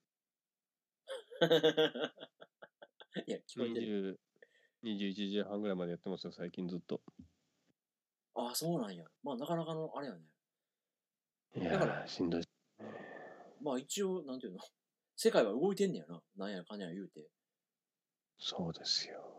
いや、聞こえてる。 にじゅう、にじゅういちじはんぐらいまでやってますよ、最近ずっと。 ああ、そうなんや。まあ、なかなかの、あれやね。 いだから、 やー、しんどい。 まあ一応、なんていうの、世界は動いてんねやな。なんやかんや言うて。 そうですよ。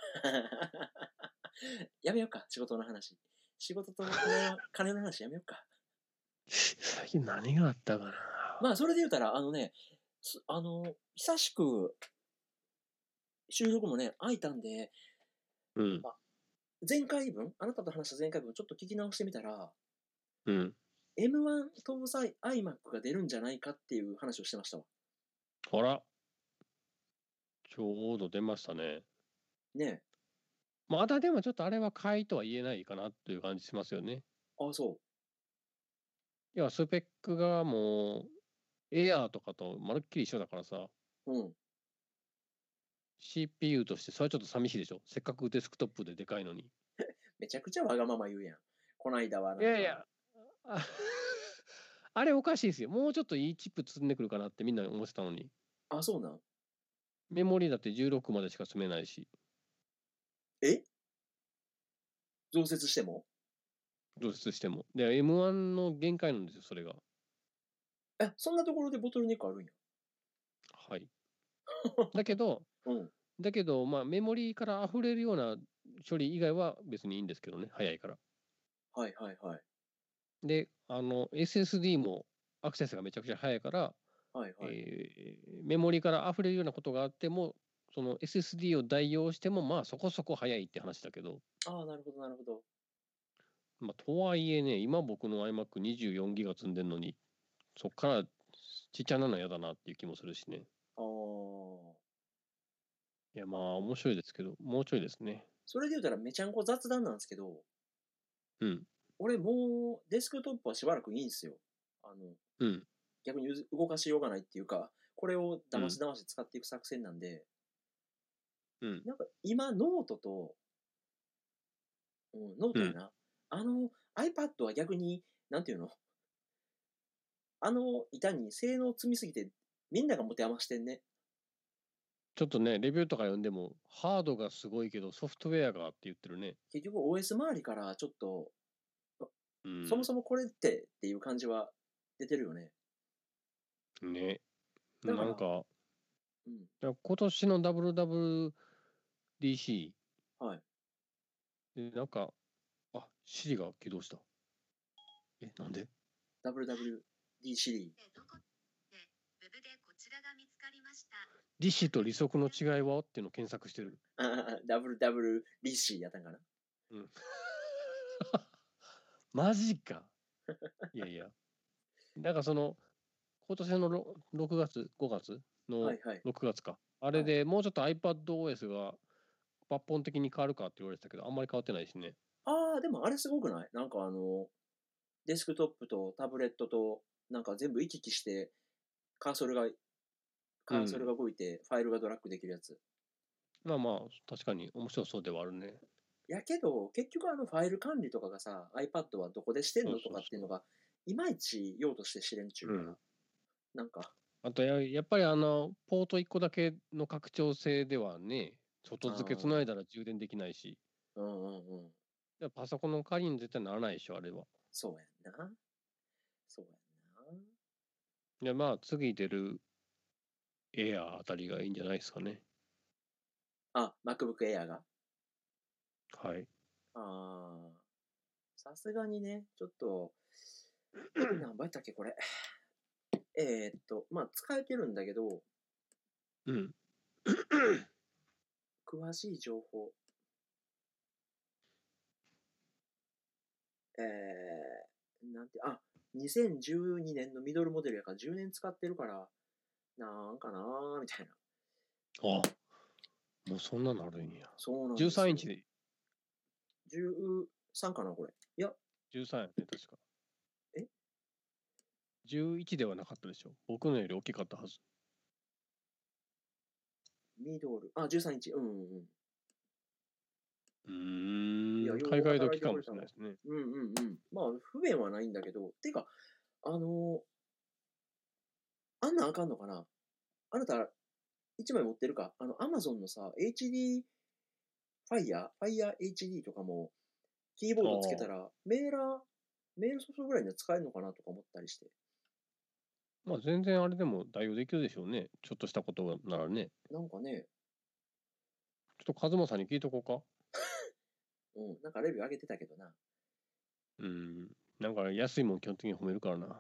やめようか、仕事の話。仕事と金の金の話やめようか。 最近何があったかな。 まあ、それで言うたら、あのね、すあの、久しく収録もね、空いたんで、 うん、 あ、前回分、あなたと話した前回分、ちょっと聞き直してみたら、 うん。 エムワン 搭載 iMac が出るんじゃないかっていう話をしてましたわ。 ほら、ちょうど出ましたね。 ねまだでもちょっとあれは買いとは言えないかなっていう感じしますよね。 え。あ、そ要はスペックがもう、エアーとかとまるっきり一緒だからさ、 う。うん。 シーピーユー としてそれはちょっと寂しいでしょ。せっかくデスクトップででかいのに。 めちゃくちゃわがまま言うやん。こないだはなんか、 いやいや、ああれおかしいですよ。もうちょっといいチップ積んでくるかなってみんな思ってたのに。 あ、そうなん？ メモリだってじゅうろくまでしか積めないし、 え増設しても？ 増設しても。で、エムワン の限界なんですよ、それが。 え、そんなところでボトルネックあるんや。 はい。だけど、 うん。 だけど、まあ、メモリから溢れるような処理以外は別にいいんですけどね、早いから。 はいはいはい。 で、あの、エスエスディー もアクセスがめちゃくちゃ早いから、 はいはい。 えーメモリから溢れるようなことがあっても、その エスエスディー を代用しても、まあそこそこ早いって話だけど、 ああ、なるほどなるほど。 まあ、とはいえね、今僕の iMacにじゅうよんギガ積んでんのに、そっからちっちゃなの嫌だなっていう気もするしね。 ああ。 いや、まあ面白いですけど、もうちょいですね。 それで言うたらめちゃんこ雑談なんですけど、 うん、 俺もうデスクトップはしばらくいいんですよ。あの、 うん、 逆に動かしようがないっていうか、これをうん、 だましだまし使っていく作戦なんで、 うん、 なんか今ノートと、うん、ノーうん。 トやな。あの iPad は逆に、なんていうの、あの板に性能積みすぎてみんなが持て余してんね。 ちょっとね、レビューとか読んでも、ハードがすごいけど、ソフトウェアがって言ってるね。 結局 オーエス 周りからちょっと、 うん。 そもそもこれってっていう感じは出てるよね。 ね。 だから、 なんか、 うん、 今年の ダブリューダブリューディーシはい。 ーで、なんか、あ、シリが起動した。え、なんで？ ダブリューダブリューディー シリー。 利子と利息の違いはっていうのを検索してる。 ああ、ダブリューダブリューリッシーやったんかな。 うん。マジか。いやいや。なんかその、今年のろろくがつ、ごがつのはいはい。 ろくがつか。あれはい。 でもうちょっと iPadOS が抜本的に変わるかって言われてたけど、あんまり変わってないしね。 ああ、でもあれすごくない？なんかあの、デスクトップとタブレットと、なんか全部行き来して、カーソルが、カーソルうん。 が動いて、ファイルがドラッグできるやつ。 まあまあ、確かに面白そうではあるね。 やけど、結局あのファイル管理とかがさ、iPad はどこでしてんそうのとそうそかっていうのが、いまいち用として知れんちゅうう。うか、 ん。 なんか、 あとや、やっぱりあの、ポートいっこだけの拡張性ではね、外あ付けつないだあ、 ら充電できないし、 うんうんうん。 やパソコンの代わりに絶対ならないでしょ、あれは。 そうやんな。そうやんな。 で、まあ、次出るエアーあたりがいいんじゃないですかね。 あ、MacBook Air が。 はい。 ああ、さすがにね、ちょっと、何倍やったっけ、これ。えー、っと、まあ、使えてるんだけど、 うん。 詳しい情報。えー、なんて、あ、にせんじゅうにねんのミドルモデルやからじゅうねん使ってるから、なんかなーみたいな。 あ、もうそんなのあるんや。 そうなんです 13イよ。 ンチで、 じゅうさんかな、これ。いや、 じゅうさんやね、確か。 えじゅういちではなかったでしょ。僕のより大きかったはず。 ミドル、あ、じゅうさんインチ。うんうんうん。 ういや、 ーん、 よう海外働い時かもてくれたわ。 しれないですね。 うんうんうん。まあ、不便はないんだけど、てか、あのーあんなんあかんのかな、あなた、一枚持ってるか、あの、アマゾンのさ、エイチディー Fire、Fire エイチディー とかも、キーボードつけたああ。 ら、メーラー、メールソフトぐらいには使えるのかなとか思ったりして。 まあ全然あれでも代用できるでしょうね。ちょっとしたことならね。 なんかね、 ちょっとカズマさんに聞いとこうか。 うん、なんかレビュー上げてたけどな。 うん。なんか安いもん基本的に褒めるからな。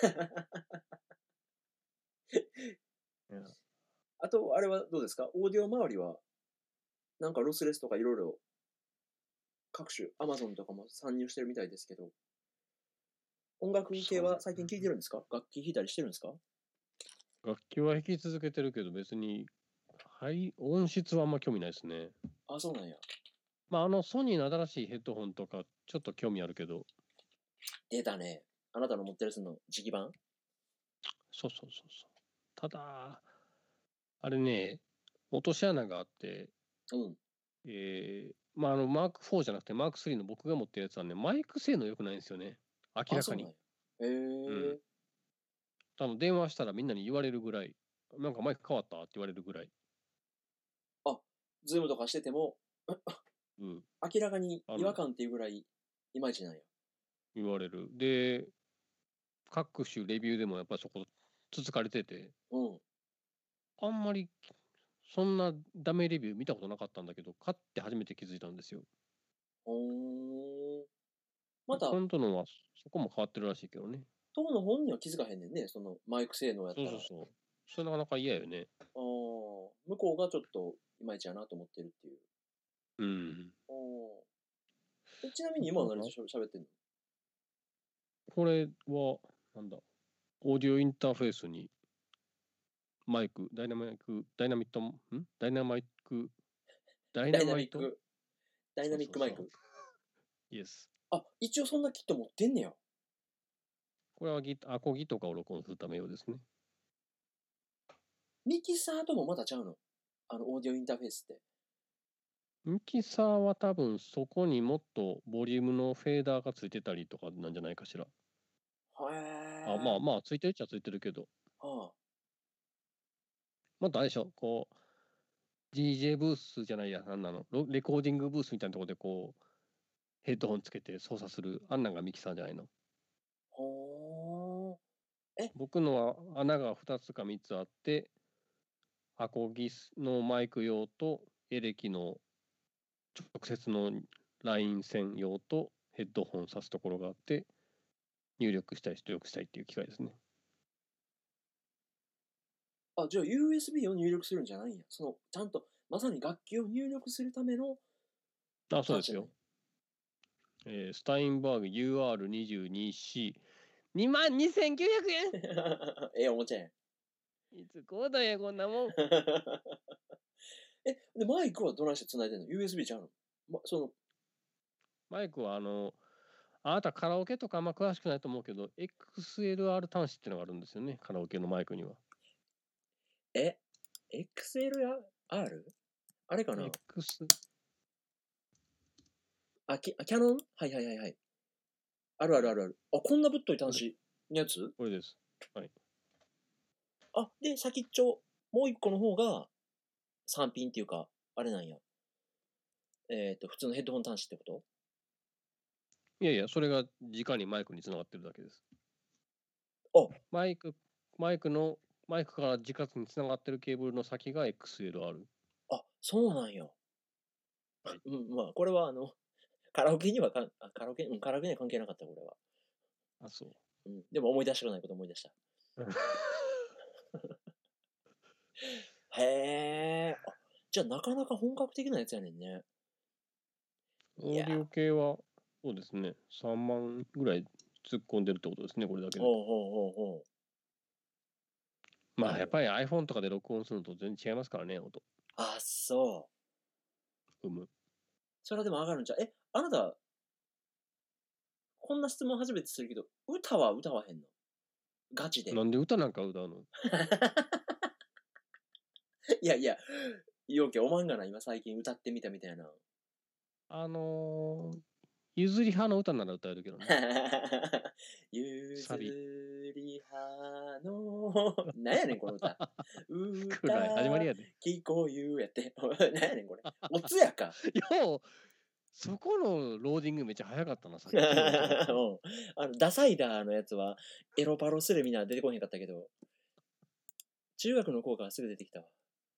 いやあと、あれはどうですか、オーディオ周りは、なんかロスレスとかいろいろ各種、アマゾンとかも参入してるみたいですけど、音楽系は最近聴いてるんですか、楽器弾いたりしてるんですか？ 楽器は弾き続けてるけど別に、はい、音質はあんま興味ないですね。 あ、そうなんや。 まああのソニーの新しいヘッドホンとかちょっと興味あるけど、 出たね。あなたの持ってるやつの磁気版。 そうそうそうそう。ただ、あれね、落とし穴があって、 うん。 えー、まああのマークフォーじゃなくてマークスリーの僕が持ってるやつはね、マイク性能良くないんですよね。明あ、 らかに。 そうなんや。へえ。 うん。多分電話したらみんなに言われるぐらい、なんかマイク変わったって言われるぐらい。 あ、ズームとかしてても、 うん。 明らかにあの、 違和感っていうぐらい、いまいちなんや。 言われる。で、各種レビューでもやっぱりそこつつかれてて、 うん。 あんまりそんなダメレビュー見たことなかったんだけど、買って初めて気づいたんですよ。 ほーん。また、 今度のはそこも変わってるらしいけどね。 当の本には気づかへんねんね。そのマイク性能やったら。あそうそうそう。それなかなか嫌よね。 あ、向こうがちょっといまいちやなと思ってるっていう。 うん。 あーえちなみに今は何でだから、 しゃ喋ってんの？ これは、なんだ、オーディオインターフェースにマイク、ダイナマイク、ダイナミット、んダイナマイク、ダイダイナマイトナミック、ダイナそうそうそう。 ミックマイク。 イエス。 あ、一応そんなキット持ってんねや。 これはギアコギとかを録音するため用ですね。 ミキサーともまたちゃうの、あの、オーディオインターフェースって。 ミキサーは多分そこにもっとボリュームのフェーダーがついてたりとかなんじゃないかしら。 へあ、まえ。 あまあ、ついてるっちゃついてるけど、 はもっとあれでしょ、こう、ディージェー ブースじゃないや、なんなの、ロレコーディングブースみたいなところでこう、ヘッドホンつけて操作する、あんなんがミキサーじゃないの。 あ。ほー。え、 僕のは穴がふたつかみっつあって、アコギのマイク用とエレキの直接のライン線用とヘッドホン挿すところがあって、入力したり出力したりっていう機械ですね。 あ、じゃあ ユーエスビー を入力するんじゃないんや。その、ちゃんと、まさに楽器を入力するためのあ、そうです端子なんや。 よ。えースタインバーグ ユーアールにじゅうにシー、にまんにせんきゅうひゃくえんええおもちゃやん。 いつこうだよ、こんなもん。 え、で、マイクはどないして繋いでんの？ ユーエスビー ちゃうの？ま、その、 マイクはあの、あなたカラオケとかあんま詳しくないと思うけど、エックスエルアール 端子っていうのがあるんですよね、カラオケのマイクには。 え、エックスエルアール？ あれかな？ X、 あ、キあキャノン？はいはいはいはい。あるあるあるある。あ、こんなぶっといこれ、 端子のやつ？ これです。はい。 あ、で、先っちょ、もう一個の方がさんピンっていうか、あれなんや。えっと、普通のヘッドホン端子ってこと？ いやいや、それが直にマイクにつながってるだけです。 あ、 マイク、マイクのマイクから直につながってるケーブルの先が エックスエルアール。 あ、そうなんや。 はい。 うん、まあ、これはあの、カラオケにはかん、あ、カラオケ、うん、カラオケには関係なかった、これは。 あ、そう。 うん、でも思い出したくないこと思い出した。へえ、あ、じゃあなかなか本格的なやつやねんね。いやオーディオ系は、そうですね、さんまんぐらい突っ込んでるってことですね、これだけー、 で。 ほうほうほうほう。 まあ、 なるほど。 やっぱり iPhone とかで録音するのと全然違いますからね、音。 あ、そう。 うむ。 それはでも上がるんじゃう。え、あなた、こんな質問初めてするけど、歌は歌わへんの？ガチで。 なんで歌なんか歌うの？ いやいや、ようけおまんがな、今最近歌ってみたみたいな。 あのー、譲り派の歌なら歌えるけどね。 ゆずサビ。 りはの、なんやねんこの歌。 暗い始まり歌、 やで。 聞こゆやって。なんやねんこれ。おつやか。 よう、そこのローディングめっちゃ早かったな、さっうんきの歌だったの。 あの、ダサイダーのやつは、エロパロするみんな出てこへんかったけど、中学の効果はすぐ出てきたわ。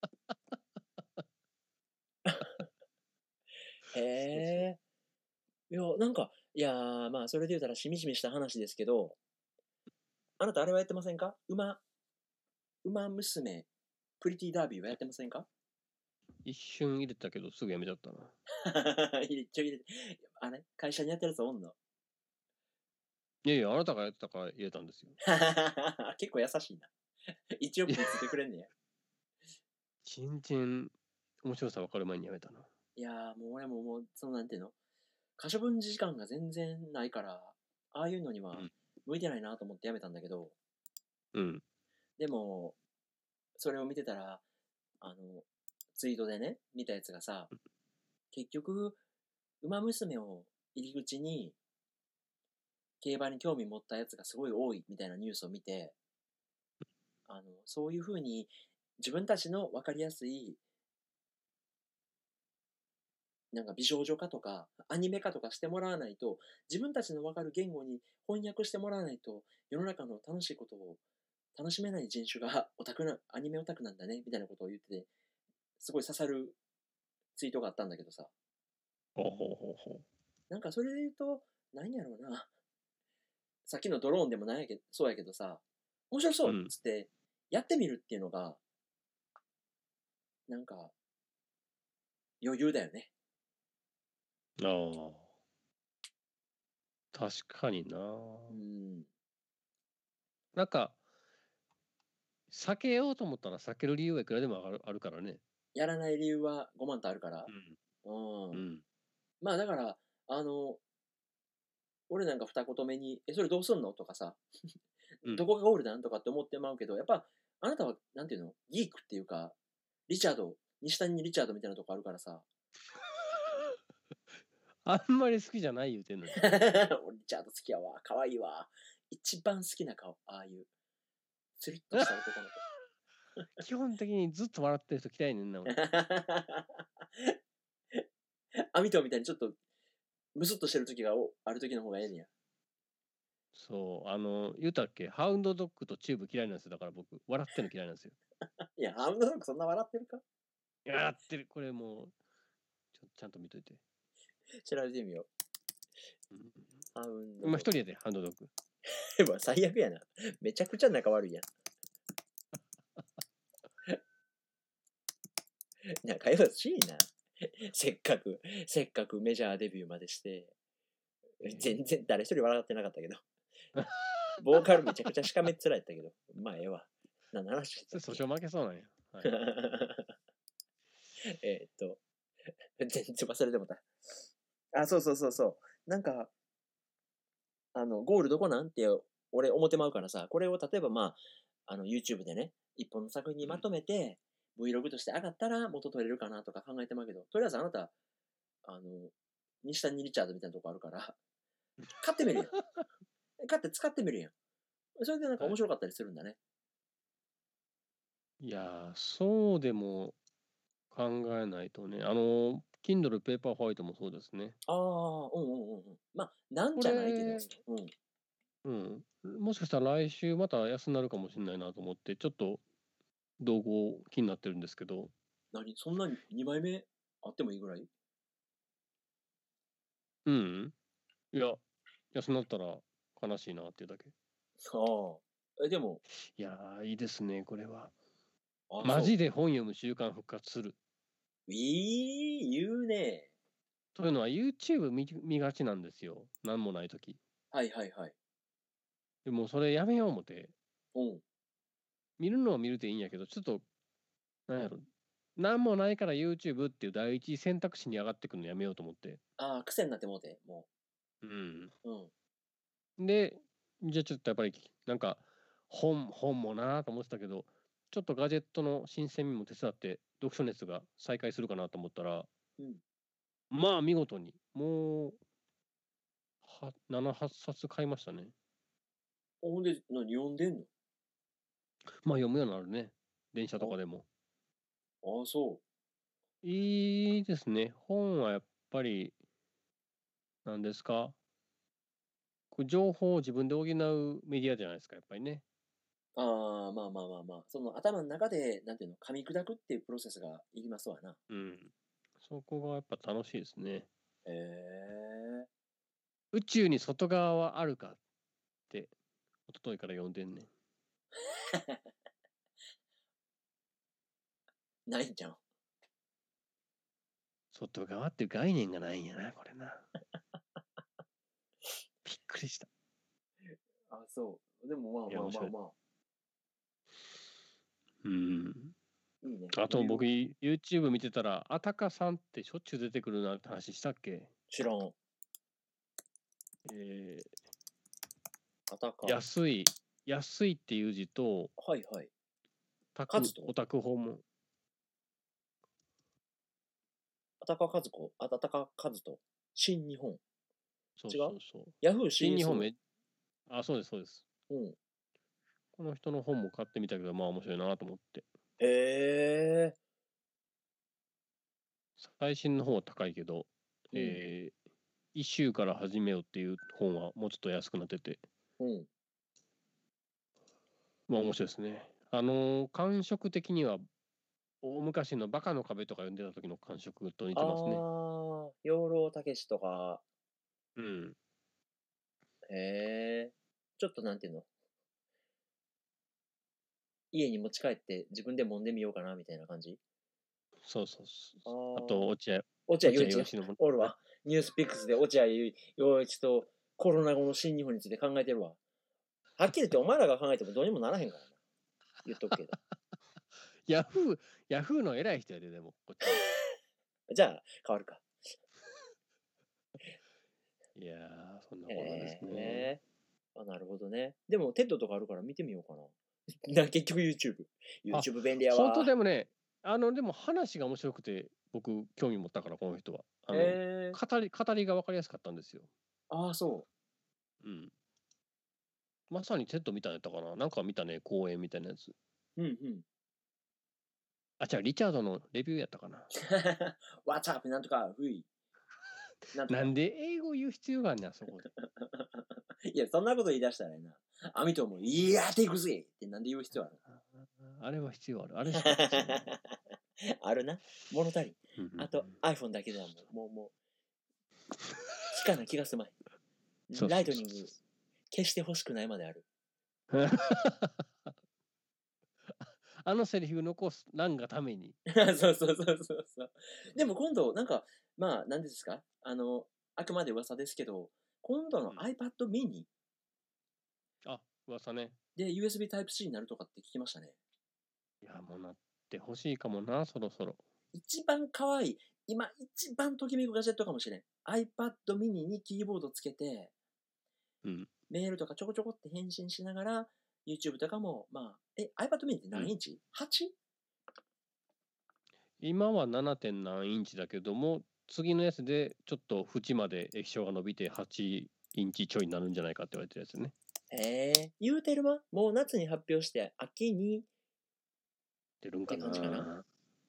へそうそう。 え。いや、なんか、いやー、まあ、それで言うたらしみじみした話ですけど、あなたあれはやってませんか？馬、馬娘、プリティダービーはやってませんか？ 一瞬入れたけどすぐやめちゃったな。 入れちょ入れあれ会社にやってるやつおんの？ いやいや、あなたがやってたから入れたんですよ。 結構優しいな。一応見つけてくれんねや。 全然面白さ分かる前にやめたな。 いやー、もう俺ももう、そのなんていうの可処分時間が全然ないから、ああいうのにはうん。 向いてないなと思ってやめたんだけど、 うん。 でも、それを見てたら、あの、ツイートでね、見たやつがさ、結局、馬娘を入り口に、競馬に興味持ったやつがすごい多いみたいなニュースを見て、あの、そういうふうに自分たちの分かりやすい、なんか美少女化とかアニメ化とかしてもらわないと、自分たちの分かる言語に翻訳してもらわないと、世の中の楽しいことを楽しめない人種がオタクな、アニメオタクなんだね、みたいなことを言ってて、すごい刺さるツイートがあったんだけどさ、 ほうほうほうほう。 なんかそれで言うと、何やろうな、さっきのドローンでもないやけど、そうやけどさ、面白そうっうん。 つってやってみるっていうのが、なんか余裕だよね。 ああ。確かにな。 うん。 なんか、避けようと思ったら避ける理由はいくらでもあるあるからね。 やらない理由はごまんとあるから。 うん。 うん。 うん。 まあだから、あの、俺なんか二言目に、え、それどうすんのとかさ、 うん。 どこがゴールなんとかって思ってまうけど、やっぱ、あなたは、なんていうのギークっていうか、リチャード、西谷にリチャードみたいなとこあるからさ。 あんまり好きじゃない言うてんのに。 俺リチャード好きやわ。かわいいわ。一番好きな顔。ああいう、つるっとした男の子。 基本的にずっと笑ってる人嫌いねんな、俺。 アミトみたいにちょっと、ムスッとしてる時がおある時の方がええねや。 そう、あの、言うたっけ、ハウンドドッグとチューブ嫌いなんですよ。だから僕、笑ってんの嫌いなんですよ。 いや、ハウンドドッグそんな笑ってるか？ 笑ってる。これもう、ちょちゃんと見といて。 調べてみよう。 うん、 ハウンド今ドッグ。 一人やで、ハウンドドッグ。 でも最悪やな。めちゃくちゃ仲悪いやん。仲良しいな。せっかく、せっかくメジャーデビューまでして、全然誰一人笑ってなかったけど。ボーカルめちゃくちゃしかめっ面やったけど。まあええわ。何の話したっけ？ それ訴訟負けそうなんや。はい、 えーっと、全然忘れてもた。あ、そうそうそうそう。なんか、あの、ゴールどこなんって俺思ってまうからさ、これを例えばまあ、あの、YouTube でね、一本の作品にまとめて、Vlog として上がったら元取れるかなとか考えてまうけど、とりあえずあなた、あの、西谷リチャードみたいなとこあるから、買ってみるやん。買って使ってみるやん。それでなんかはい、 面白かったりするんだね。 いやー、そうでも考えないとね。あの、Kindle Paperwhite もそうですね。 ああ、うんうんうんうん。まあ、なんこじゃないけど、 れ、 うん。 うん。もしかしたら来週また安くなるかもしれないなと思って、ちょっと動向気になってるんですけど、 何そんなにまいめあってもいいぐらい？ うん。いや、安くなったら悲しいなっていうだけ。 ああ。え、でも、 いやー、いいですね、これは。 あ、 マそう。 ジで本読む習慣復活する。 いい、言うね。 というのは YouTube 見見がちなんですよ。なんもないとき。 はいはいはい。 でもそれやめよう思って。 うん。 見るのは見るでいいんやけど、ちょっと、なんやろ。なんもないから YouTube っていう第一選択肢に上がってくるのやめようと思って。 ああ、癖になってもうて、もうん。 う。うん。 で、じゃあちょっとやっぱり、なんか、本、本もなと思ってたけど、ちょっとガジェットの新鮮味も手伝って、読書熱が再開するかなと思ったら、 うん。 まあ見事に、もう、はなな、はっさつ買いましたね。 ほんで、何読んでんの？ まあ読むようになるね。電車とかでも。 ああ、そいいですね。本はやっぱり、なんですか。こう情報を自分で補うメディアじゃないですか、やっぱりね。 う。ああ、まあまあまあまあ。その頭の中で、なんていうの、噛み砕くっていうプロセスがいりますわな。 うん。そこがやっぱ楽しいですね。 へえ。 宇宙に外側はあるかって、一昨日から読んでんねん。 ないんじゃん。 外側っていう概念がないんやな、これな。びっくりした。 あ、そう。でもまあいや、面白い。 まあまあまあ。 うん。 いいね。 あと僕、 どういう YouTube 見てたら、あたかさんってしょっちゅう出てくるなって話したっけ？ 知らん。 えあたか。 ー、安い、安いっていう字と、 はいはい。 タクカズとオタク訪問。 あたかかずこあたたかかずと新日本。 そう違うそうそう。 ヤフー新日シーエスオー。 本め、あ、そうです、そうです。 うん。 この人の本も買ってみたけど、まあ面白いなと思って。 へえ。 最新の方は高いけど、 うん。 えー、一週から始めようっていう本はもうちょっと安くなってて、 うん。 まあ面白いですね。あのー感触的には、大昔のバカの壁とか読んでた時の感触と似あてますね。 あ、養老たけしとか、 うん。 へえ。ちょっとなんていうの家に持ち帰って自分で揉んでみようかなみたいな感じ。 そうそうそうあそう。あと、 あ。 落合、 落合陽落合一よ。 陽一のもね。 おるわ。ニュースピックスで落合陽一とコロナ後の新日本について考えてるわ。はっきり言ってお前らが考えてもどうにもならへんからな。言っとくけど。 ヤフー、ヤフーの偉い人やで、でも、こっちは。 じゃあ、変わるか。 いやー、そんなへこんなですね。 え。あ、なるほどね。でも、テッドとかあるから見てみようかな。な結局 YouTube。 あ、 YouTube 便利や本当わ。 でもね、あの、でも話が面白くて、僕、興味持ったから、この人は。あの、 へえ。 語り、語りが分かりやすかったんですよ。 ああ、そうん。まさにテッドみたいなやったかな。なんか見たね、講演みたいなやつ。 う。うんうん。 あ、じゃあ、リチャードのレビューやったかな。 What's up? なんとか、ふい。なんとか。 なんで英語言う必要があんねん、あそこで。 いや、そんなこと言い出したらやな。アミトも、いやっていくぜってなんで言う必要あるあれは必要ある。あれしか必要ない。 あるな。物足りうんうんうんん。あと iPhone だけではもう、もう、もう、聞かな気がすまい。 そうそうそうそうライトニング消してほしくないまである。 あのセリフ残す欄がために。 そうそうそうそうそう。でも今度、なんか、まあ、何ですかあの、あくまで噂ですけど、今度のうん iPad mini あ、噂ね。 で ユーエスビー Type-C になるとかって聞きましたね。 いや、もうなってほしいかもな、そろそろ。 一番可愛い、今一番ときめくガジェットかもしれん。iPad mini にキーボードつけて、 うん。 メールとかちょこちょこって返信しながら、YouTube とかも、まあ、え、iPad mini って何インチ、はち? 今は なな. 点何インチだけども、次のやつでちょっと縁まで液晶が伸びてはちインチちょいになるんじゃないかって言われてるやつね。 えー、言うてるわ。もう夏に発表して秋に出るんかな。 って感じかな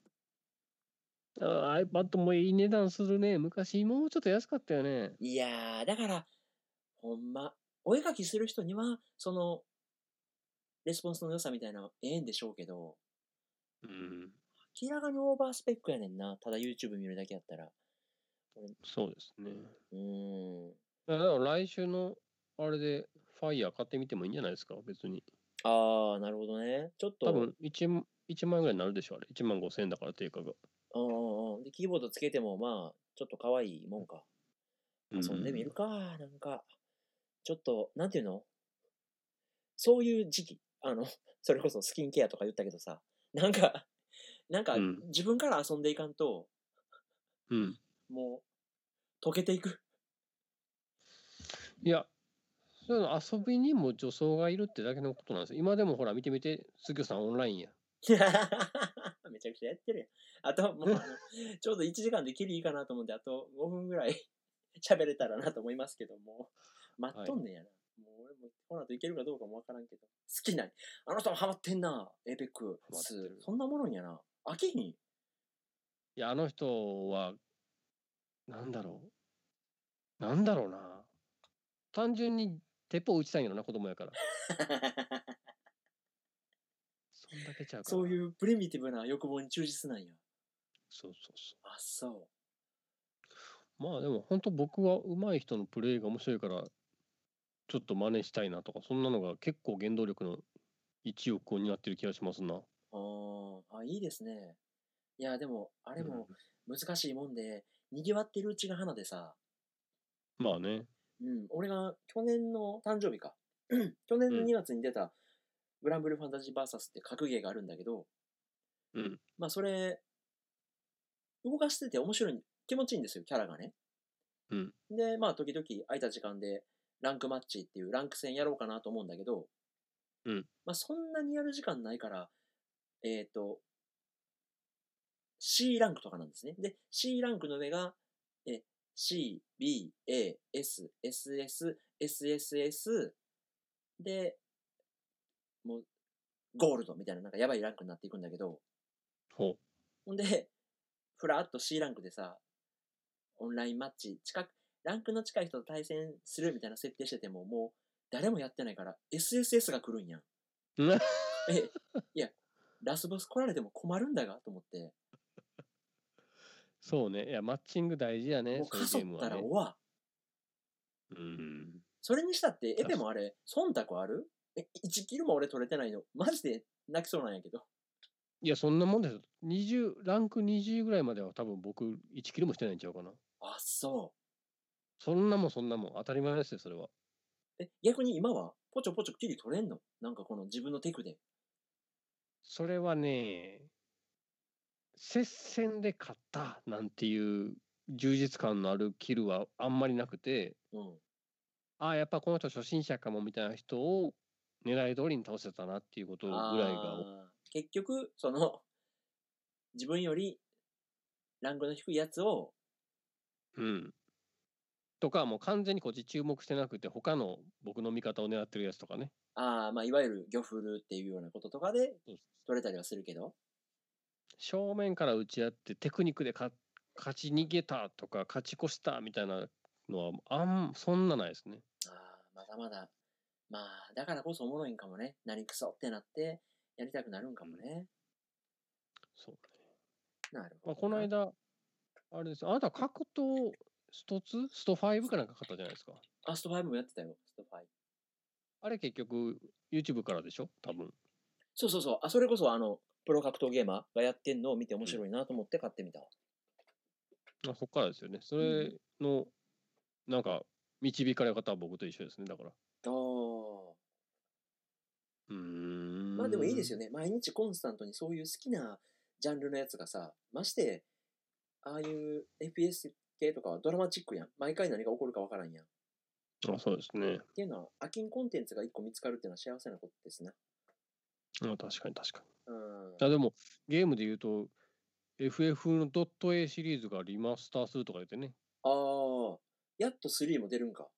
あ iPad もいい値段するね。昔もうちょっと安かったよね。 いやー、だから、ほんま、 お絵描きする人には、その、レスポンスの良さみたいなのええんでしょうけど、 うん。 明らかにオーバースペックやねんな。ただ YouTube 見るだけやったら。俺そうですね。 うーん。 だから来週のあれでファイヤー買ってみてもいいんじゃないですか、別に。 あー、なるほどね。ちょっと、 多分いち、いちまん円ぐらいになるでしょ、あれ。いちまんごせん円だから定価が。 うんうんうん。で、キーボードつけても、まあ、ちょっと可愛いもんか。遊んでみるか。なんか、ちょっと、なんていうのそういう時期。あの、それこそスキンケアとか言ったけどさ、なんか、なんかうん。 自分から遊んでいかんと、 うん。 もう、溶けていく。 いや、そういうの遊びにも女装がいるってだけのことなんですよ。今でもほら、見てみて、杉さんオンラインや。 めちゃくちゃやってるやん。あと、もう、あの、ちょうどいちじかんで切りいいかなと思って、あとごふんぐらい喋れたらなと思いますけども、待っとんねんやな。もう俺もこの後いけるかどうかもわからんけど。好きな、あの人もハマってんな、エーペックハマってスる。 そんなものんやな。飽きひん。 いや、あの人は、なんだろう。なんだろうな。単純に鉄砲撃ちたいんやろな、子供やから。そんだけちゃうかな。 そういうプリミティブな欲望に忠実なんや。 そうそうそあ、そう。 う。まあでも本当僕は上手い人のプレーが面白いからちょっと真似したいなとかそんなのが結構原動力の一翼を担ってる気がしますな。 あーあ、いいですね。いや、でも、あれも難しいもんで、賑わってるうちが花でさ、 まあね。 うん、俺が去年の誕生日か。去年のにがつに出たグランブルファンタジーバーサスって格ゲーがあるんだけど、 うん。 まあそれ、動かしてて面白い、気持ちいいんですよ、キャラがね。 うん。 で、まあ時々空いた時間でランクマッチっていうランク戦やろうかなと思うんだけど、 うん。 まあそんなにやる時間ないから、えっ、と、C ランクとかなんですね。で、C ランクの上が、え、C、B、A、S、エスエス、エスエスエス、で、もう、ゴールドみたいな、なんかやばいランクになっていくんだけど、 ほほんで、ふらっと C ランクでさ、オンラインマッチ、近く、ランクの近い人と対戦するみたいな設定してても、もう、誰もやってないから、エスエスエス が来るんやん。 う。 え、いや、ラスボス来られても困るんだがと思って、 そうね。いや、マッチング大事やね。 もうそういうかそったらゲームはね。 おわ。 うん。 それにしたって、エペもあれ、忖度あるえ、いちキルも俺取れてないの。マジで泣きそうなんやけど。 いや、そんなもんですよ。にじゅう、ランクにじゅうぐらいまでは多分僕いちキルもしてないんちゃうかな。 あ、そそんなもんそんなもん。当たり前ですよ、それは。 う。え、逆に今は、ポチョポチョキリ取れんのなんかこの自分のテクで。 それはね、接戦で勝ったなんていう充実感のあるキルはあんまりなくて、 うん。 ああ、やっぱこの人初心者かもみたいな人を狙い通りに倒せたなっていうことぐらいが、 あー、結局、その、自分よりランクの低いやつを、 うん。とか、もう完全にこっち注目してなくて、他の僕の味方を狙ってるやつとかね。 あー、まあ、いわゆる魚フルっていうようなこととかでそう取れたりはするけど。 正面から打ち合ってテクニックでか勝ち逃げたとか勝ち越したみたいなのはあんそんなないですね。 あー、まだまだ。まあ、だからこそおもろいんかもね。何クソってなって、やりたくなるんかもね。 そうなるまあ、 ほどな。 この間、あれです。あなた格闘ストツストファイブかなんか買ったじゃないですか。 あ、ストファイブもやってたよ、ストファイブ。 あれ結局 YouTube からでしょ多分。 そうそうそう。あ、それこそあの、プロ格闘ゲーマーがやってんのを見て面白いなと思って買ってみたわ。 あそっからですよね。それの、なんか、導かれ方は僕と一緒ですね。だから。 ああ。 うーん。 まあでもいいですよね。毎日コンスタントにそういう好きなジャンルのやつがさ、まして、ああいう エフピーエス 系とかはドラマチックやん。毎回何が起こるかわからんやん。っあ、そうですね。 ていうのは、飽きんコンテンツが一個見つかるっていうのは幸せなことですな。 あ、確かに確かに。 うん。 あでも、ゲームで言うと、エフエフ の .A シリーズがリマスターするとか言ってね。 ああ、やっとスリーも出るんか。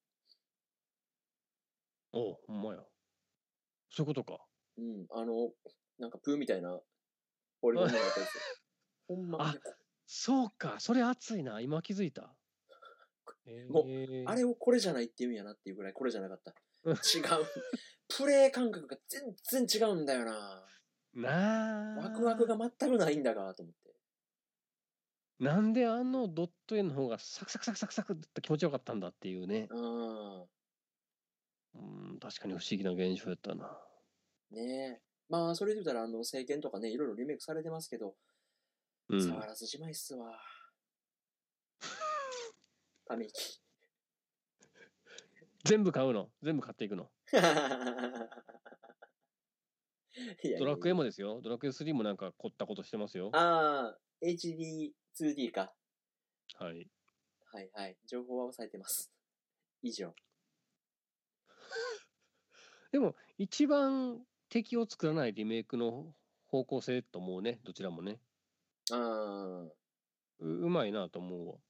おう、ほんまや。そういうことか。 うん。あの、なんかプーみたいなポリゴンになったやつ。ほんま。いあや、こそうか。それ熱いな。今気づいた。えもう、 ー、 あれをこれじゃないって言うんやなっていうぐらいこれじゃなかった。 違う。プレイ感覚が全然違うんだよな。 なあ。 ワクワクが全くないんだが、と思って。 なんであのドット絵の方がサクサクサクサクサクって気持ちよかったんだっていうね。 うん。 うん、確かに不思議な現象やったな。 ねえ。まあ、それで言ったら、あの、聖剣とかね、いろいろリメイクされてますけど、 うん。 触らずじまいっすわ。ため息。 全部買うの全部買っていくのいやいやいやドラクエもですよ。ドラクエスリーもなんか凝ったことしてますよ。 ああ、エイチディーツーディー か。 はい。 はいはい。情報は抑えてます。以上。 でも、一番敵を作らないリメイクの方向性と思うね。どちらもね。 ああ。 う、うまいなと思うわ。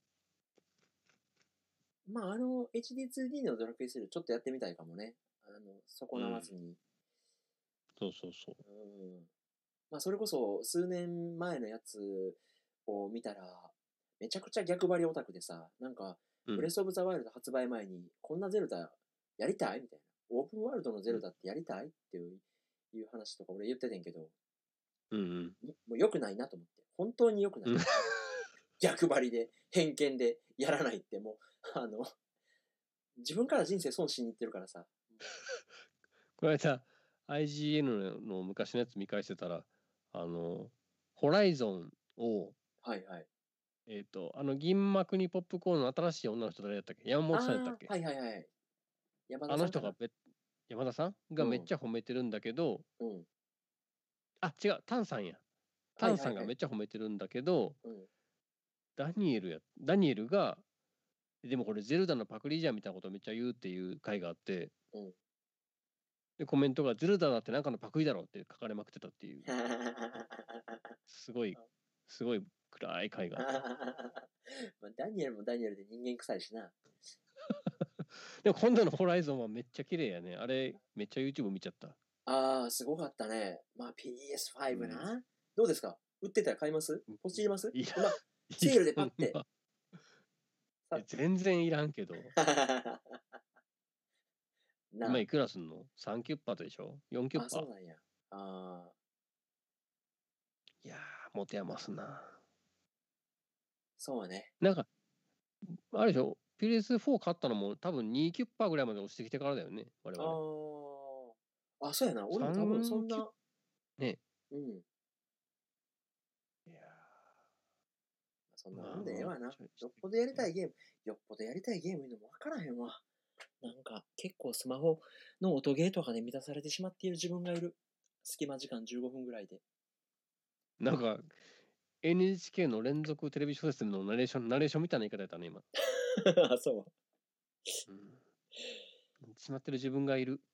まあ、あの、エイチディーツーディー のドラクエスリーちょっとやってみたいかもね。あの、損なわずに。 そうそうそう。 うん。まあ、それこそ、数年前のやつを見たら、めちゃくちゃ逆張りオタクでさ、なんか、 うんブレスオブザワイルド発売前に、こんなゼルダやりたいみたいな。オープンワールドのゼルダってやりたいっていういう話とか俺言っててんけど、 うんうん。 もう良くないなと思って。本当に良くない。 うん逆張りで、偏見でやらないってもう、あの、自分から人生損しに行ってるからさ。 この間、アイジーエヌ の昔のやつ見返してたら、あの、ホライゾンを、 はいはい。 えっ、と、あの、銀幕にポップコーンの新しい女の人誰やったっけ山あ本さんやったっけあ、はいはいはい。山あ田さんかな。 の人がべ山田さんがめっうん。 ちゃ褒めてるんだけど、 うん。 あ、違う、タンさんや。タンさんがはいはいはい。 めっちゃ褒めてるんだけど、 うん。 ダニエルや、ダニエルが、でもこれゼルダのパクリじゃんみたいなことをめっちゃ言うっていう回があって、 うん。 で、コメントがゼルダだってなんかのパクリだろって書かれまくってたっていう、すごい、すごい暗い回があった。 まあ、ダニエルもダニエルで人間臭いしな。 でも今度のホライゾンはめっちゃ綺麗やね。あれ、めっちゃ YouTube 見ちゃった。 ああ、すごかったね。まあ ピーエスファイブうんな。どうですか売ってたら買いますポチりますいや、 今、 いセールでパらんッて。 わさえ全然いらんけど。今ないくらすんの ?さん キュッパでしょ ?よん キュッあ。あ、そうパなんや。ああ、 いやー、持て余すな。 そうね。 なんか、あれでしょ ?ピーエスフォー 買ったのも多分にキュッパぐらいまで落ちてきてからだよね。我あ 々。 あ。あ、そうやな。俺も多分そんさんキュッな、 ね。 うん。 いやそんなもまあまあ、 んでええわな。 ちょいよっぽどやりたいね。 ゲーム、よっぽどやりたいゲームいうのもわからへんわ。なんか、結構スマホの音ゲーとかで満たされてしまっている自分がいる。隙間時間じゅうごふんぐらいで。 なんか、エヌエイチケー の連続テレビ小説のナレーション、ナレーションみたいな言い方やったね、今。 あ、そう。 うん。しまってる自分がいる。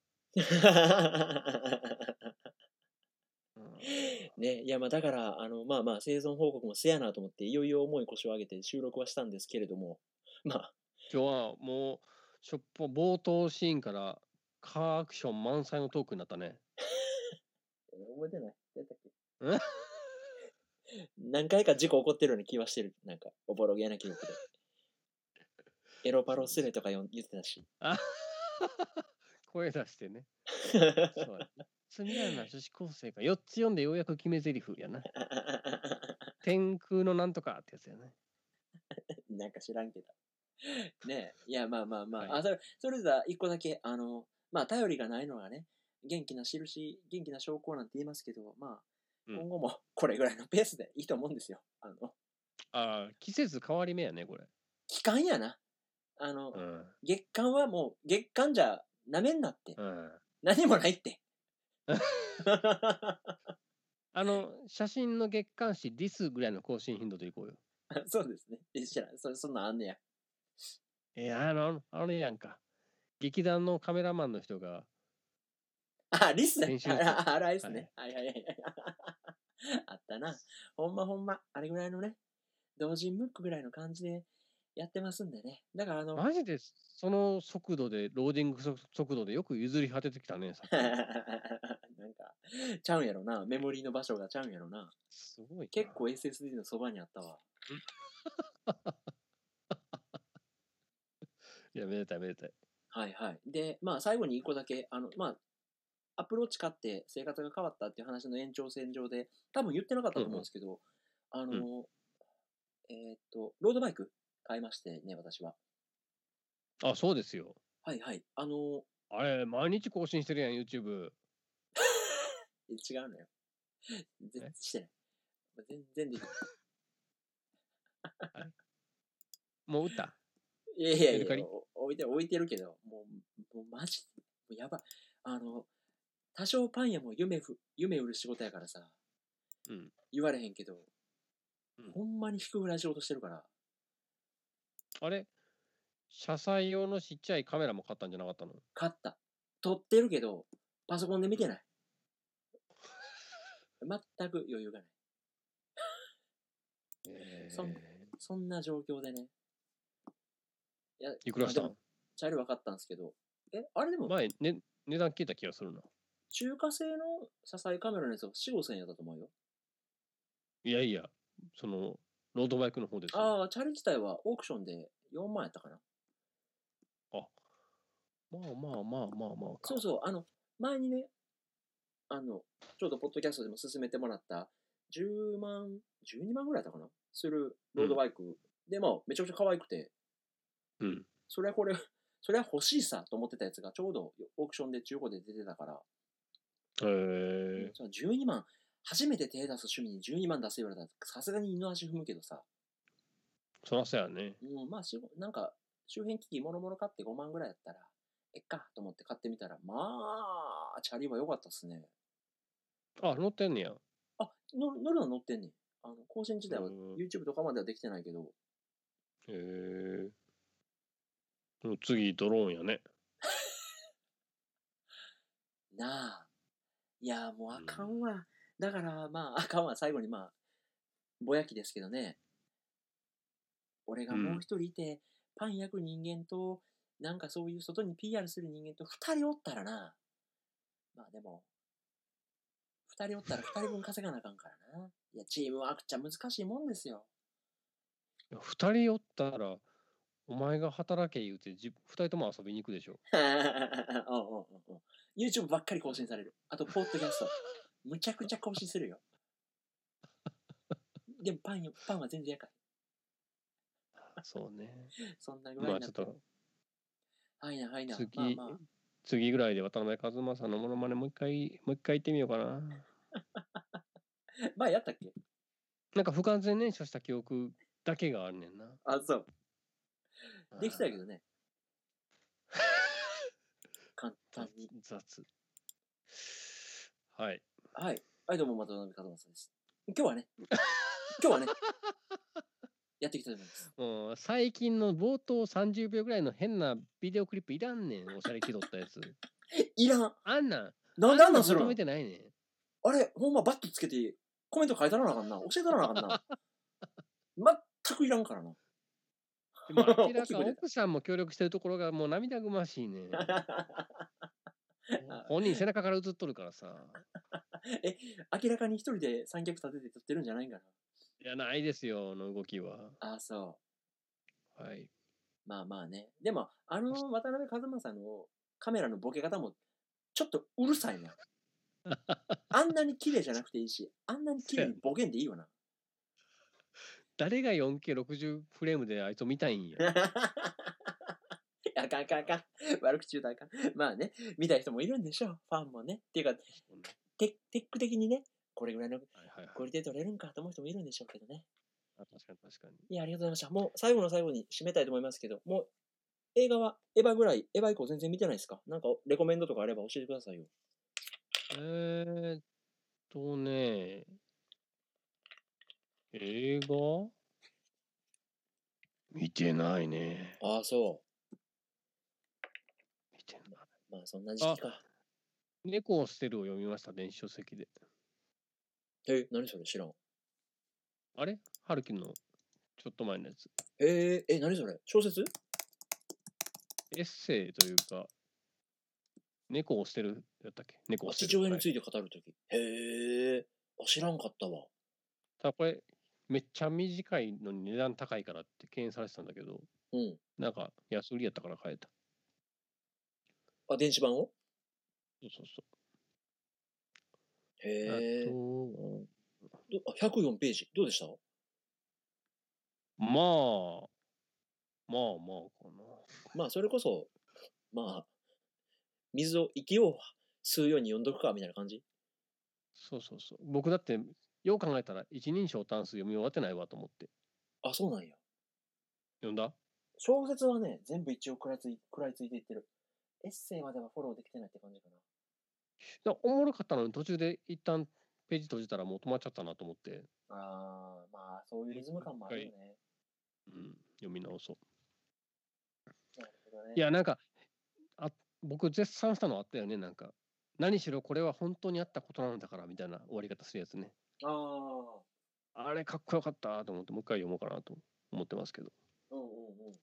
うん、 ね、いや、まあだから、あの、まあまあ、生存報告もせやなと思って、いよいよ重い腰を上げて収録はしたんですけれども、まあ、 今日はもう、しょっぽ、冒頭シーンからカーアクション満載のトークになったね。 覚えてない誰だっけうん何回か事故起こってるような気はしてる。なんか、おぼろげな記憶で。エロパロスレとか言ってたし。 あ声出してね。そうや。みたいな女子高生がよっつ読んでようやく決め台詞やな。天空のなんとかってやつやね。 なんか知らんけど。ねえ。いや、まあまあまあ。 はいあ、それ、それでは一個だけ、あの、まあ、頼りがないのがね、元気な印、元気な証拠なんて言いますけど、まあ、 うん今後もこれぐらいのペースでいいと思うんですよ。あの、 ああ、季節変わり目やね、これ。 期間やな。あの、 うん。 月間はもう、月間じゃなめんなって。 うん。 何もないって。 あの、写真の月刊誌ディスぐらいの更新頻度でいこうよ。 そうですね。え知らん。そそんなんあんねや。 えー、あの、あれやんか。劇団のカメラマンの人があ、リスね。 編集長。 ああれですはいね。はいはいはいはい。あったな。ほんまほんま。あれぐらいのね、同人ムックぐらいの感じでやってますんでね。だからあの、 マジでその速度で、ローディング速速度でよく譲り果ててきたね、さっき。 なんか、ちゃうんやろな。メモリーの場所がちゃうんやろな。 すごいな。 結構 エスエスディー のそばにあったわ。 いや、めでたいめでたい。 はいはい。で、まあ最後に一個だけ、あの、まあ、アプローチ買って生活が変わったっていう話の延長線上で、多分言ってなかったと思うんうんうん。 ですけど、あうん。 の、えーっと、ロードバイク買いましてね、私は。 あ、そうですよ。 はいはい。あの、 あれ、毎日更新してるやん、YouTube。 違うのよ。全然えしてない。全然できない。 あれもう打ったいやいやいや、 メルカリお置いて置いてるけど、もう、もうマジで、もうやばい。あの、多少パン屋も夢ふ夢売る仕事やからさ、 うん。 言われへんけど、 うん。 ほんまに引くぐらい仕事してるから、 あれ車載用のちっちゃいカメラも買ったんじゃなかったの買った。撮ってるけど、パソコンで見うん。 てない。全く余裕がない。そん、 えそんな状況でね。いや、 ー、いくらまあでも、 したんチャリ分かったんですけど、え、あれでも、 前、ね、値段聞いた気がするな。 中華製の車載カメラのやつはよん、ごせん円やったと思うよ。 いやいや、その、ロードバイクの方ですよ。 ああ、チャリ自体はオークションでよんまんやったかな。 あ、まあまあまあまあまあか。 そうそう、あの、前にね、あの、ちょうどポッドキャストでも勧めてもらったじゅうまん、じゅうにまんぐらいだったかなするロードうん。 バイクで、まあ、めちゃくちゃ可愛くて、 うん。 それはこれ、それは欲しいさと思ってたやつがちょうどオークションで中古で出てたから、 えー、 うん、そのじゅうにまん、初めて手出す趣味にじゅうにまん出す言われたら、さすがに二の足踏むけどさ、 そらそうやね。 うん、まあ、しなんか、周辺機器もろもろ買ってごまんぐらいやったら、えっかと思って買ってみたら、まあ、チャリは良かったっすね。 あ、乗ってんねや。 あ、乗る乗るの乗ってんねん。あの、更新自体はうん。 YouTube とかまではできてないけど、 えー、もう次ドローンやね。 なあ。いや、もうあかうん。 んわ。だからまあ、あかんわ。最後にまあ、ぼやきですけどね。俺がもううん。 一人いて、パン焼く人間と、なんかそういう外に ピーアール する人間と二人おったらな。まあでも、二人おったら二人分稼がなあかんからな。いや、チームワークっちゃ難しいもんですよ。 二人おったら、お前が働け言うて、じ二人とも遊びに行くでしょ。 うんうんうんうん YouTube ばっかり更新される。あと、ポッドキャスト。むちゃくちゃ更新するよ。でもパンよ、パンは全然やかそうね。 い。そんな具合まあちょっと、 になってる。はいな、はいな。まあ次、 まあ。 次ぐらいで渡辺一馬さんのモノマネもう一回、もう一回行ってみようかな。 前やったっけなんか不完全燃焼した記憶だけがあるねんな。 あ、そう。 あできたけどね。簡単に。 雑。雑。はい。 はい。はい、どうも、また渡辺和正です。今日はね、今日はね、やっていきたいと思います。 もう最近の冒頭さんじゅうびょうぐらいの変なビデオクリップいらんねん。おしゃれ気取ったやつ。 いらん。 あんなん、 なんであんなんする求のめてないねん。 あれ、ほんまバットつけてコメント書いたらなあかんな。教えたらなあかんな。全くいらんからな。 でも明ら大きく出た。 か奥さんも協力してるところがもう涙ぐましいねん。本人背中から映っとるからさ。 え、明らかに一人で三脚立てて撮ってるんじゃないんかいや、ないですよ、の動きは。 な。あ、そはい。 う。まあまあね。でも、あの渡辺和正のカメラのボケ方もちょっとうるさいな。あんなに綺麗じゃなくていいし、あんなに綺麗にボケんでいいよな。 誰が よんケーろくじゅう フレームであいつを見たいんや。 あかんあかんあかん。悪口言うたらあかん。まあね、見たい人もいるんでしょう。ファンもね。っていうか、テテック的にね、これぐらいのはいはいはいクオリティ取れるんかと思う人もいるんでしょうけどね。 あ確かに確かに。 いや、ありがとうございました。もう最後の最後に締めたいと思いますけど、もう映画はエヴァぐらい、エヴァ以降全然見てないですか？なんかレコメンドとかあれば教えてくださいよ。 えーっとね、映画見てないね。 ああ、そ見てない。 う。まあそんな時期か。 猫を捨てるを読みました、電子書籍で。 え、何それ知らん。 あれ春樹のちょっと前のやつ。 えー、え、何それ小説？ エッセイというか、猫を捨てるやったっけ猫を捨てる。 父親にはいついて語るとき。へえ、あ、知らんかったわ。 ただこれ、めっちゃ短いのに値段高いからって敬遠されてたんだけど、 うん。 なんか安売りやったから買えた。 あ、電子版をそうそうそへう。あえ。 と、 どあひゃくよんページ。どうでしたまあ、まあまあかな。 まあ、それこそ、まあ、水を、息を吸うように読んどくか、みたいな感じ。 そうそうそう。僕だって、よう考えたら一人称単数読み終わってないわと思って。 あ、そうなんや。 読んだ小説はね、全部一応食らいつい食らいついていってる。エッセイまではフォローできてないって感じかな。 いやおもろかったのに途中で一旦ページ閉じたらもう止まっちゃったなと思って、 あー、まあ、そういうリズム感もあるよね。 うん、読み直そう。 なるほどね。 いや、なんか、あ僕絶賛したのあったよね、なんか。何しろこれは本当にあったことなんだからみたいな終わり方するやつね。 ああれかっこよかったと思って、もう一回読もうかなと思ってますけど。 ー、うんうんうん。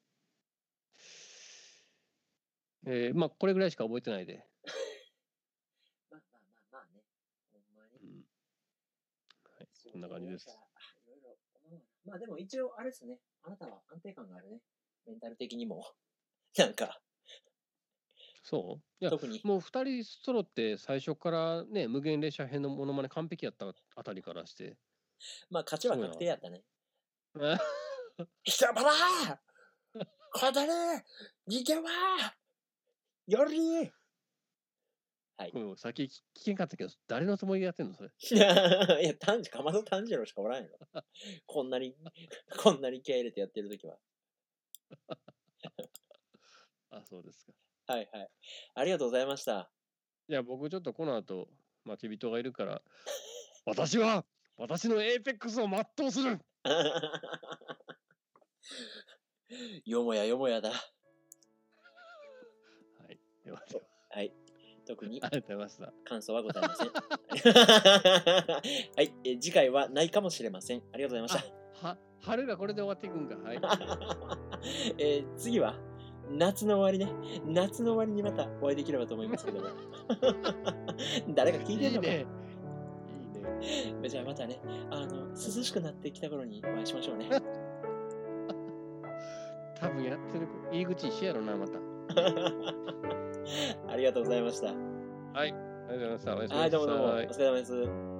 えー、まあ、これぐらいしか覚えてないで。 まあまあまあまあね。ほんまに。 うん。はい、こんな感じです。 いろいろ思うな。まあでも一応あれですね。あなたは安定感があるね。メンタル的にも。なんか、 そういや、 特に。 もう二人揃って最初からね、無限列車編のモノマネ完璧やったあたりからして。 まあ勝ちは確定やったね。 あ貴様らこだれ逃げはよりはい。 うん、先聞けんかったけど、誰のつもりでやってんのそれ。 いや、炭治、かまど炭治郎しかおらんやろ。こんなに、こんなに気合い入れてやってるときは。 あ、そうですか。 はいはい。ありがとうございました。 いや、僕ちょっとこの後、待ち人がいるから、私は私のエーペックスを全うするよもやよもやだ。 はい。ではでは。 はい。特にありがとうございました。 感想はございません。はい、え。次回はないかもしれません。ありがとうございました。 は、春がこれで終わっていくんか。はい。 えー、次は夏の終わりね。夏の終わりにまたお会いできればと思いますけども。誰か聞いてんのか。いいね。いいね。じゃあまたね、あの、涼しくなってきた頃にお会いしましょうね。 多分やってる入り口一緒やろな、また。 ありがとうございました。 はい。ありがとうございました。おやすみなさい。 はい、どうもどうも。お疲れ様です。